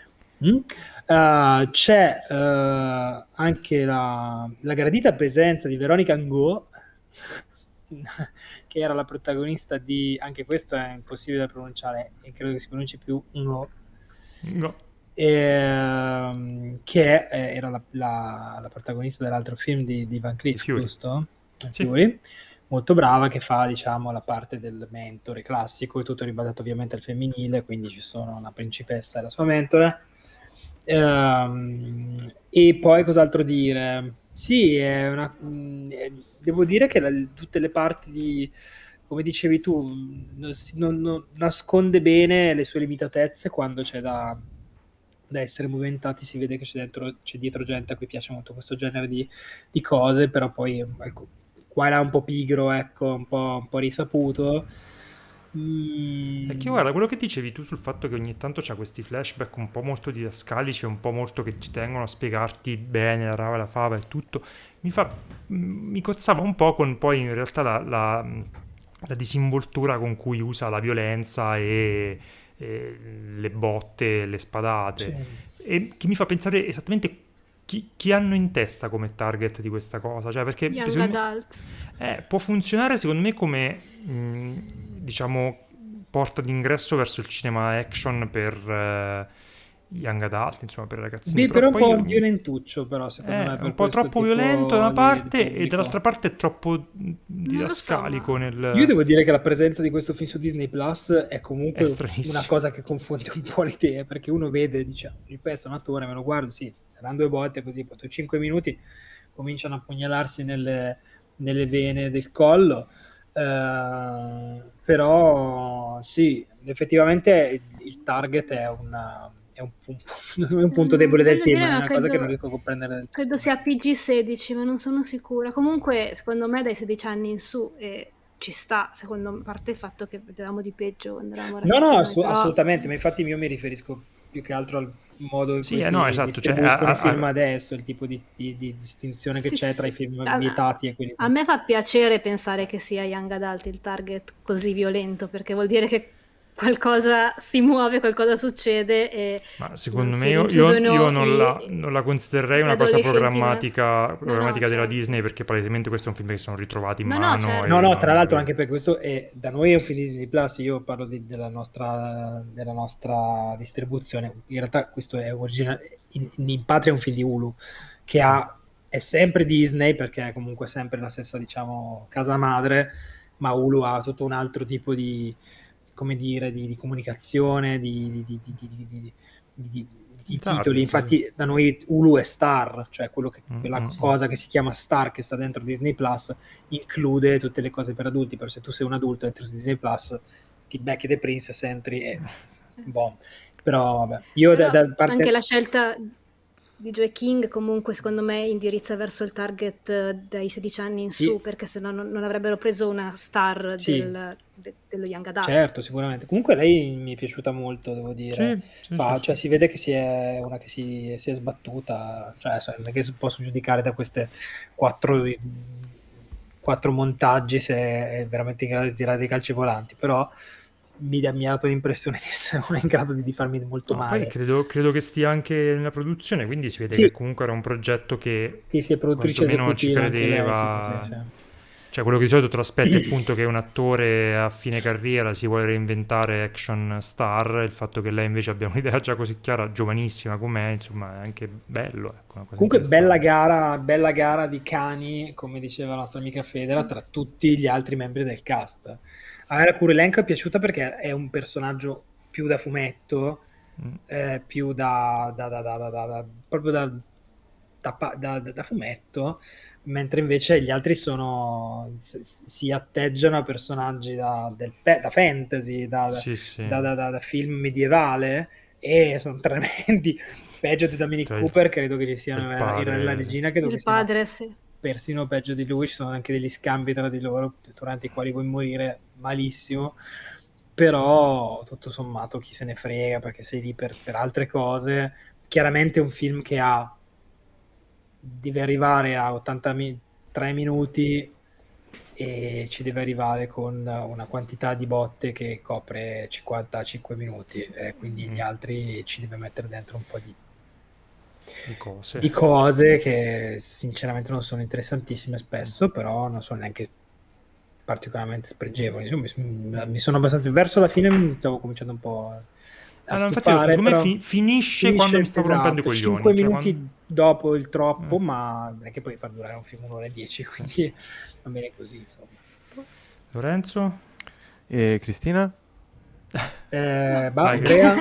C'è anche la gradita presenza di Veronica Ngo, che era la protagonista di, anche questo è impossibile da pronunciare e credo che si pronunci più Ngo, No. che era la protagonista dell'altro film di Van Cleef, Fury. giusto? Sì. Fury. Molto brava, che fa, diciamo, la parte del mentore classico, e tutto ribaltato ovviamente al femminile, quindi ci sono una principessa e la sua mentore. E poi cos'altro dire? Sì, devo dire che tutte le parti come dicevi tu, non nasconde bene le sue limitatezze. Quando c'è da essere movimentati, si vede che c'è dietro gente a cui piace molto questo genere di cose, però poi ecco, qua e là un po' pigro, ecco, un po' risaputo. È che guarda, quello che dicevi tu sul fatto che ogni tanto c'ha questi flashback un po' molto didascalici, un po' molto che ci tengono a spiegarti bene la rava, la fava e tutto, mi cozzava un po' con poi in realtà la disinvoltura con cui usa la violenza e le botte, le spadate, Sì. e che mi fa pensare esattamente chi hanno in testa come target di questa cosa, cioè perché Young secondo me- adult. può funzionare secondo me come diciamo porta d'ingresso verso il cinema action per young adult, insomma per ragazzini. Beh, però un poi po' violentuccio, però secondo me, è per un po' questo troppo tipo violento da una di parte e pubblico. dall'altra parte è troppo Non lo so, didascalico ma nel... Io devo dire che la presenza di questo film su Disney Plus è comunque È stranissimo. una cosa che confonde un po' le idee, perché uno vede e dice, ripeto, è un attore, me lo guardo, sì, saranno 2 volte così, poi 5 minuti cominciano a pugnalarsi nelle vene del collo, però sì, effettivamente il target è un punto debole del voglio film, dire, è ma una cosa che non credo, riesco a comprendere del credo tutto. sia PG-16, ma non sono sicura. Comunque, secondo me, dai 16 anni in su ci sta, secondo me, a parte il fatto che vedevamo di peggio quando eravamo No, ragazzi, no, noi, però assolutamente, ma infatti io mi riferisco più che altro al modo in Sì, cui si no, esatto, cioè, distribuiscono i film adesso, il tipo di distinzione che sì, c'è sì, tra i sì. film vietati e quelli... A me fa piacere pensare che sia young adult il target così violento, perché vuol dire che qualcosa si muove, qualcosa succede e ma secondo non me si io rinchiudono non la considererei gli una cosa adolescenti programmatica No, della certo. Disney, perché palesemente questo è un film che si sono ritrovati in No, mano. certo. e No, l'hanno- tra l'altro anche per questo da noi è un film di Disney Plus, io parlo della nostra distribuzione. In realtà questo è originale, in patria è un film di Hulu, che è sempre Disney, perché è comunque sempre la stessa, diciamo, casa madre, ma Hulu ha tutto un altro tipo di, come dire, di comunicazione, di Target, titoli. sì. Infatti da noi Hulu è Star, cioè quella Mm. cosa che si chiama Star, che sta dentro Disney Plus, include tutte le cose per adulti. Però se tu sei un adulto entri su Disney Plus, ti becchi The Princess, entri e boh. Però vabbè, io Però da parte... anche la scelta di Joe King comunque secondo me indirizza verso il target dai 16 anni in Sì. su, perché se no non avrebbero preso una star Sì. dello young adult. Certo, sicuramente. Comunque lei mi è piaciuta molto, devo dire. Sì, Cioè, sì. si vede che si è sbattuta. Cioè, non è che posso giudicare da queste 4 montaggi se è veramente in grado di tirare dei calci volanti, però mi ha dato l'impressione di essere uno in grado di farmi molto No, male. poi credo che stia anche nella produzione, quindi si vede Sì. che comunque era un progetto che Sì, sì, è produttrice quantomeno ci esecutiva anche lei, credeva. sì. Cioè, quello che di solito te lo aspetti è appunto che un attore a fine carriera si vuole reinventare action star, il fatto che lei invece abbia un'idea già così chiara, giovanissima com'è, insomma, è anche bello, ecco, una cosa Comunque bella interessante. gara di cani, come diceva la nostra amica Federa, tra tutti gli altri membri del cast. A me la Kurylenko è piaciuta perché è un personaggio più da fumetto, più proprio da fumetto, mentre invece gli altri si atteggiano a personaggi da fantasy, Sì, sì. da film medievale, e sono tremendi. Peggio di Dominic Cioè, Cooper, credo che ci siano il padre, la regina, credo che Il siano padre, sì. persino peggio di lui. Ci sono anche degli scambi tra di loro durante i quali vuoi morire malissimo, però tutto sommato chi se ne frega, perché sei lì per altre cose. Chiaramente è un film che deve arrivare a 83 minuti e ci deve arrivare con una quantità di botte che copre 55 minuti, quindi gli altri ci deve mettere dentro un po' di cose che sinceramente non sono interessantissime spesso, però non sono neanche particolarmente spregevoli. Mi sono abbastanza verso la fine, mi stavo cominciando un po' a stufare, secondo me però finisce quando mi stavo rompendo i coglioni. 5 minuti dopo il troppo, ma non è che puoi far durare un film 1 ora e 10, quindi va bene così, insomma. Lorenzo? E Cristina? Andrea?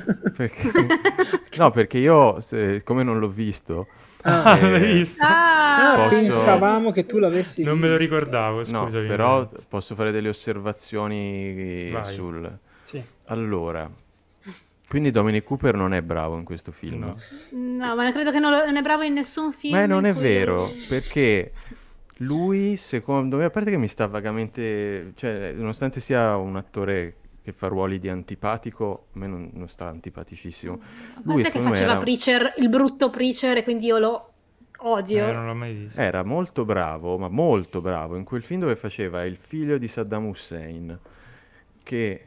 No, perché io, come non l'ho visto, l'hai visto? Pensavamo che tu l'avessi non visto. me lo ricordavo, scusami. No, però posso fare delle osservazioni sul... Sì. Allora, quindi Dominic Cooper non è bravo in questo film? No, ma credo che non è bravo in nessun film. Ma non è vero, perché lui, secondo me, a parte che mi sta vagamente... Cioè, nonostante sia un attore che fa ruoli di antipatico, a me non sta antipaticissimo. Lui, che faceva Preacher, il brutto Preacher, e quindi io lo odio. Non l'ho mai visto. Era molto bravo, ma molto bravo, in quel film dove faceva il figlio di Saddam Hussein, che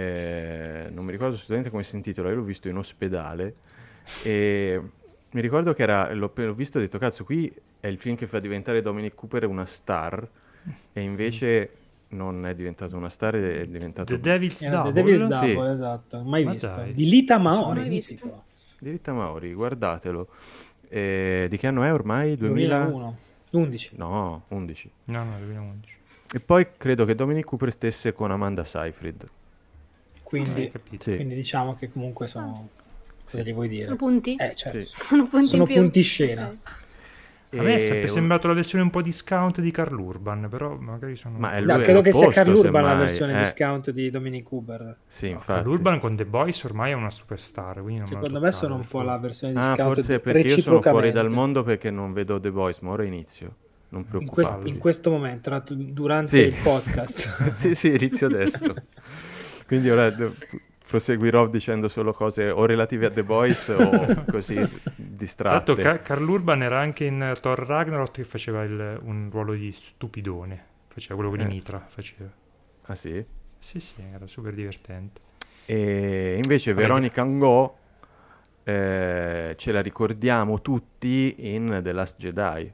non mi ricordo assolutamente come si intitola, io l'ho visto in ospedale, e mi ricordo che l'ho visto e ho detto, cazzo, qui è il film che fa diventare Dominic Cooper una star, e invece... non è diventato una star, è diventato... The Devil's Double? The Devil's Double, sì. Esatto, mai Ma visto. dai. Di Lita Maori, Mai visto. mitico. Di Rita Maori, guardatelo. Di che anno è ormai? 2001. 11. No, 11. No, 2011. E poi credo che Dominic Cooper stesse con Amanda Seyfried. Quindi, capito. Sì. quindi diciamo che comunque sono... Cosa gli vuoi dire? Sono punti? Certo. Sì. Sono punti Sono in più. punti scena. Ok. A me è sempre sembrato la versione un po' discount di Carl Urban, però magari sono... Ma è No, lui credo che sia l'opposto, Carl Urban la semmai. versione discount di Dominic Cooper. Sì, No, infatti. Carl Urban con The Boys ormai è una superstar, quindi non me Secondo lo me toccare, sono un po' per la favore. versione discount Forse perché io sono fuori reciprocamente. dal mondo perché non vedo The Boys, ma ora inizio. Non preoccupatevi. In questo momento, durante Sì. il podcast. sì, inizio adesso. Quindi ora proseguirò dicendo solo cose o relative a The Boys o così Tra distratte. l'altro Carl Urban era anche in Thor Ragnarok, che faceva un ruolo di stupidone, faceva quello di Mitra, faceva. Ah sì? Sì, era super divertente. E invece Vabbè, Veronica Ngo ce la ricordiamo tutti in The Last Jedi.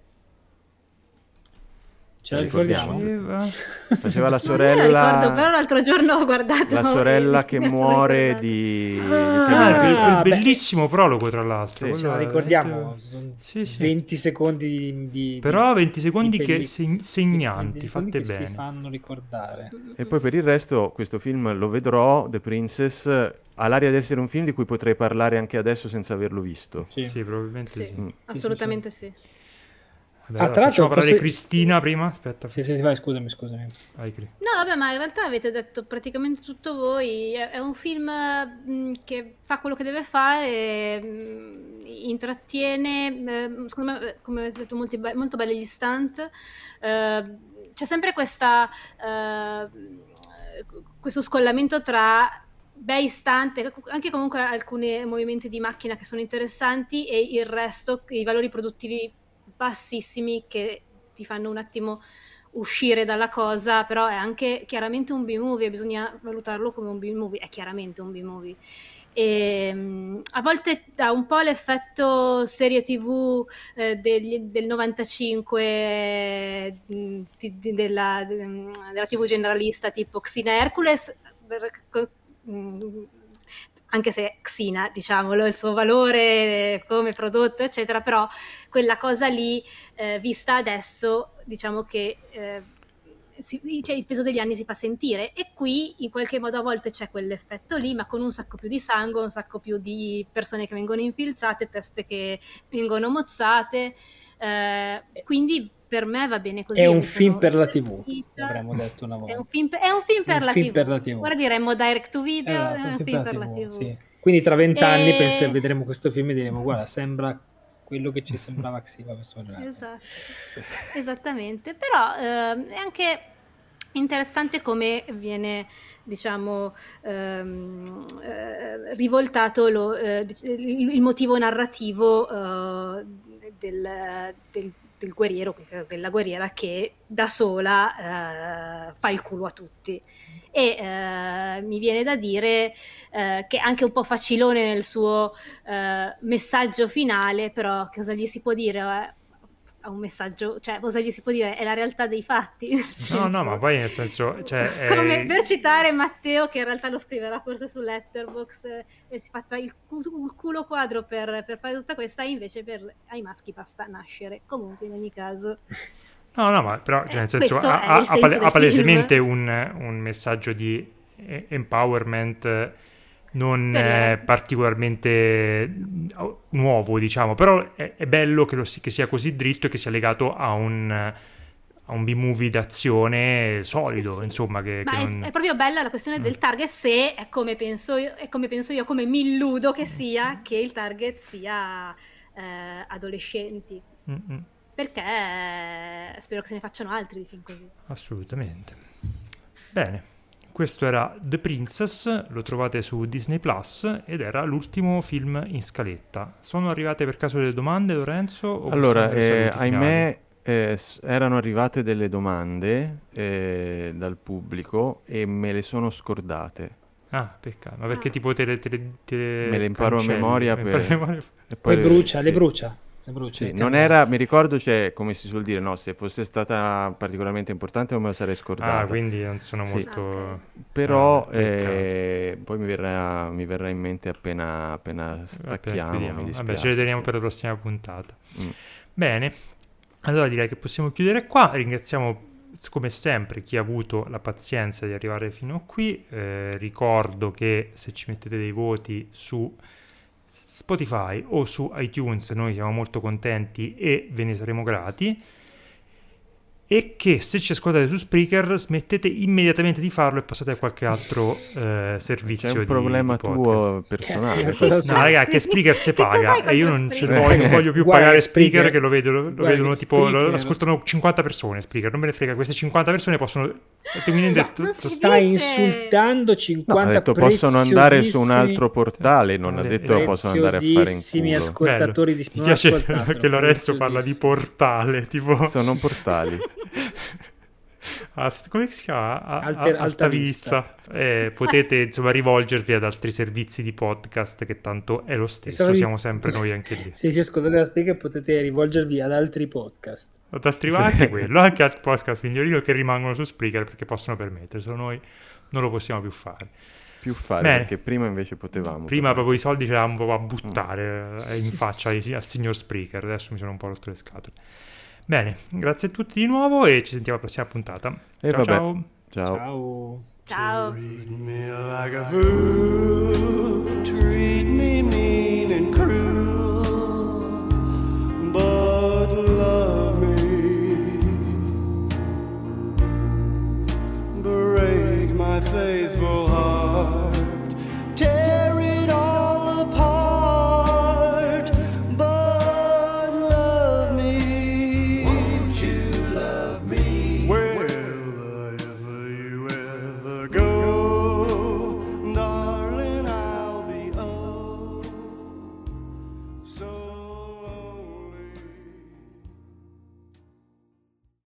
Ce la ricordiamo? Faceva la Io la ricordo, però sorella, l'altro giorno ho guardato la sorella che mi sono muore ricordata. di quel beh. bellissimo prologo, tra l'altro. Sì, quello Ce la è ricordiamo, veramente- sono Sì. 20 secondi di Però 20 secondi di che pellicola. segnanti, 20 secondi fatte che bene. si fanno ricordare. E poi per il resto questo film lo vedrò, The Princess, ha l'aria di essere un film di cui potrei parlare anche adesso senza averlo visto. Sì. Sì, probabilmente Sì, sì. assolutamente sì. Vabbè, Ah, allora tra l'altro facciamo parlare posso- Cristina prima. Aspetta. Sì, vai, scusami. Vai, Cri. No, vabbè, ma in realtà avete detto praticamente tutto voi. È un film che fa quello che deve fare, intrattiene, secondo me, come avete detto, molto belli gli stunt. C'è sempre questo scollamento tra bei stunt, anche comunque alcuni movimenti di macchina che sono interessanti, e il resto, i valori produttivi bassissimi che ti fanno un attimo uscire dalla cosa, però è anche chiaramente un B-movie, bisogna valutarlo come un B-movie, è chiaramente un B-movie. E, a volte ha un po' l'effetto serie TV del 95 della TV generalista tipo Xena Hercules, anche se Xena, diciamolo, il suo valore come prodotto eccetera, però quella cosa lì vista adesso, diciamo che cioè, il peso degli anni si fa sentire, e qui in qualche modo a volte c'è quell'effetto lì, ma con un sacco più di sangue, un sacco più di persone che vengono infilzate, teste che vengono mozzate, quindi per me va bene così. È un film per la TV, avremmo detto una volta. È un film per la TV. Ora diremmo direct to video, è un film per la TV. Sì. Quindi tra 20 anni vedremo questo film e diremo: guarda, sembra quello che ci sembrava Xena questo genere. Esatto. Esattamente, però è anche interessante come viene, diciamo, rivoltato il motivo narrativo del guerriero, della guerriera che da sola fa il culo a tutti. E mi viene da dire che è anche un po' facilone nel suo messaggio finale, però cosa gli si può dire? A un messaggio, cioè cosa gli si può dire? È la realtà dei fatti, nel senso, no, ma poi nel senso, cioè, come per citare Matteo, che in realtà lo scriverà forse su Letterboxd, e si è fatta il culo quadro per fare tutta questa, e invece ai maschi basta nascere. Comunque in ogni caso no, ma però cioè, nel senso ha palesemente un messaggio di empowerment non particolarmente nuovo, diciamo, però è bello che sia così dritto e che sia legato a un B-movie d'azione solido, sì. Insomma, è proprio bella la questione del target, se è come penso io, come mi illudo che sia, che il target sia adolescenti. Perché spero che se ne facciano altri di film così. Assolutamente. Bene. Questo era The Princess, lo trovate su Disney Plus ed era l'ultimo film in scaletta. Sono arrivate per caso delle domande, Lorenzo? Allora, ahimè, erano arrivate delle domande dal pubblico e me le sono scordate. Ah, peccato. Ma perché tipo te me le imparo cancelli, a memoria e poi le brucia. Sì, non era, mi ricordo, cioè, come si suol dire, no, se fosse stata particolarmente importante non me la sarei scordata. Ah, quindi non sono molto... Okay. Però poi mi verrà in mente appena stacchiamo, mi dispiace. Vabbè, ce le teniamo per la prossima puntata. Bene, allora direi che possiamo chiudere qua. Ringraziamo come sempre chi ha avuto la pazienza di arrivare fino a qui. Ricordo che se ci mettete dei voti su Spotify o su iTunes noi siamo molto contenti e ve ne saremo grati, e che se ci ascoltate su Spreaker smettete immediatamente di farlo e passate a qualche altro servizio. C'è un problema tuo personale. No, raga, che Spreaker si paga e io non ce non voglio più pagare Spreaker, che lo vedono tipo lo ascoltano 50 persone. Spreaker non me ne frega, queste 50 persone possono stai insultando 50 ha detto possono andare su un altro portale, non ha detto possono andare a fare in culo. Ascoltatori mi piace che Lorenzo parla di portale, tipo sono portali. Come si chiama? Alta Vista. Potete insomma rivolgervi ad altri servizi di podcast, che tanto è lo stesso, siamo sempre noi anche lì. Se ci ascoltate la Spreaker potete rivolgervi ad altri podcast. Ad altri anche quello, anche al podcast Migliorino, che rimangono su Spreaker perché possono permetterselo, noi non lo possiamo più fare. Bene. Perché prima invece potevamo. Prima proprio i soldi ce l'avamo proprio a buttare in faccia al signor Spreaker, adesso mi sono un po' rotto le scatole. Bene, grazie a tutti di nuovo e ci sentiamo alla prossima puntata. Ciao. Ciao. Treat me like a fool, treat me mean and cruel, but love me, break my faithful heart, tear it all apart, but love me. Won't you love me? Wherever you ever go, darling, I'll be oh so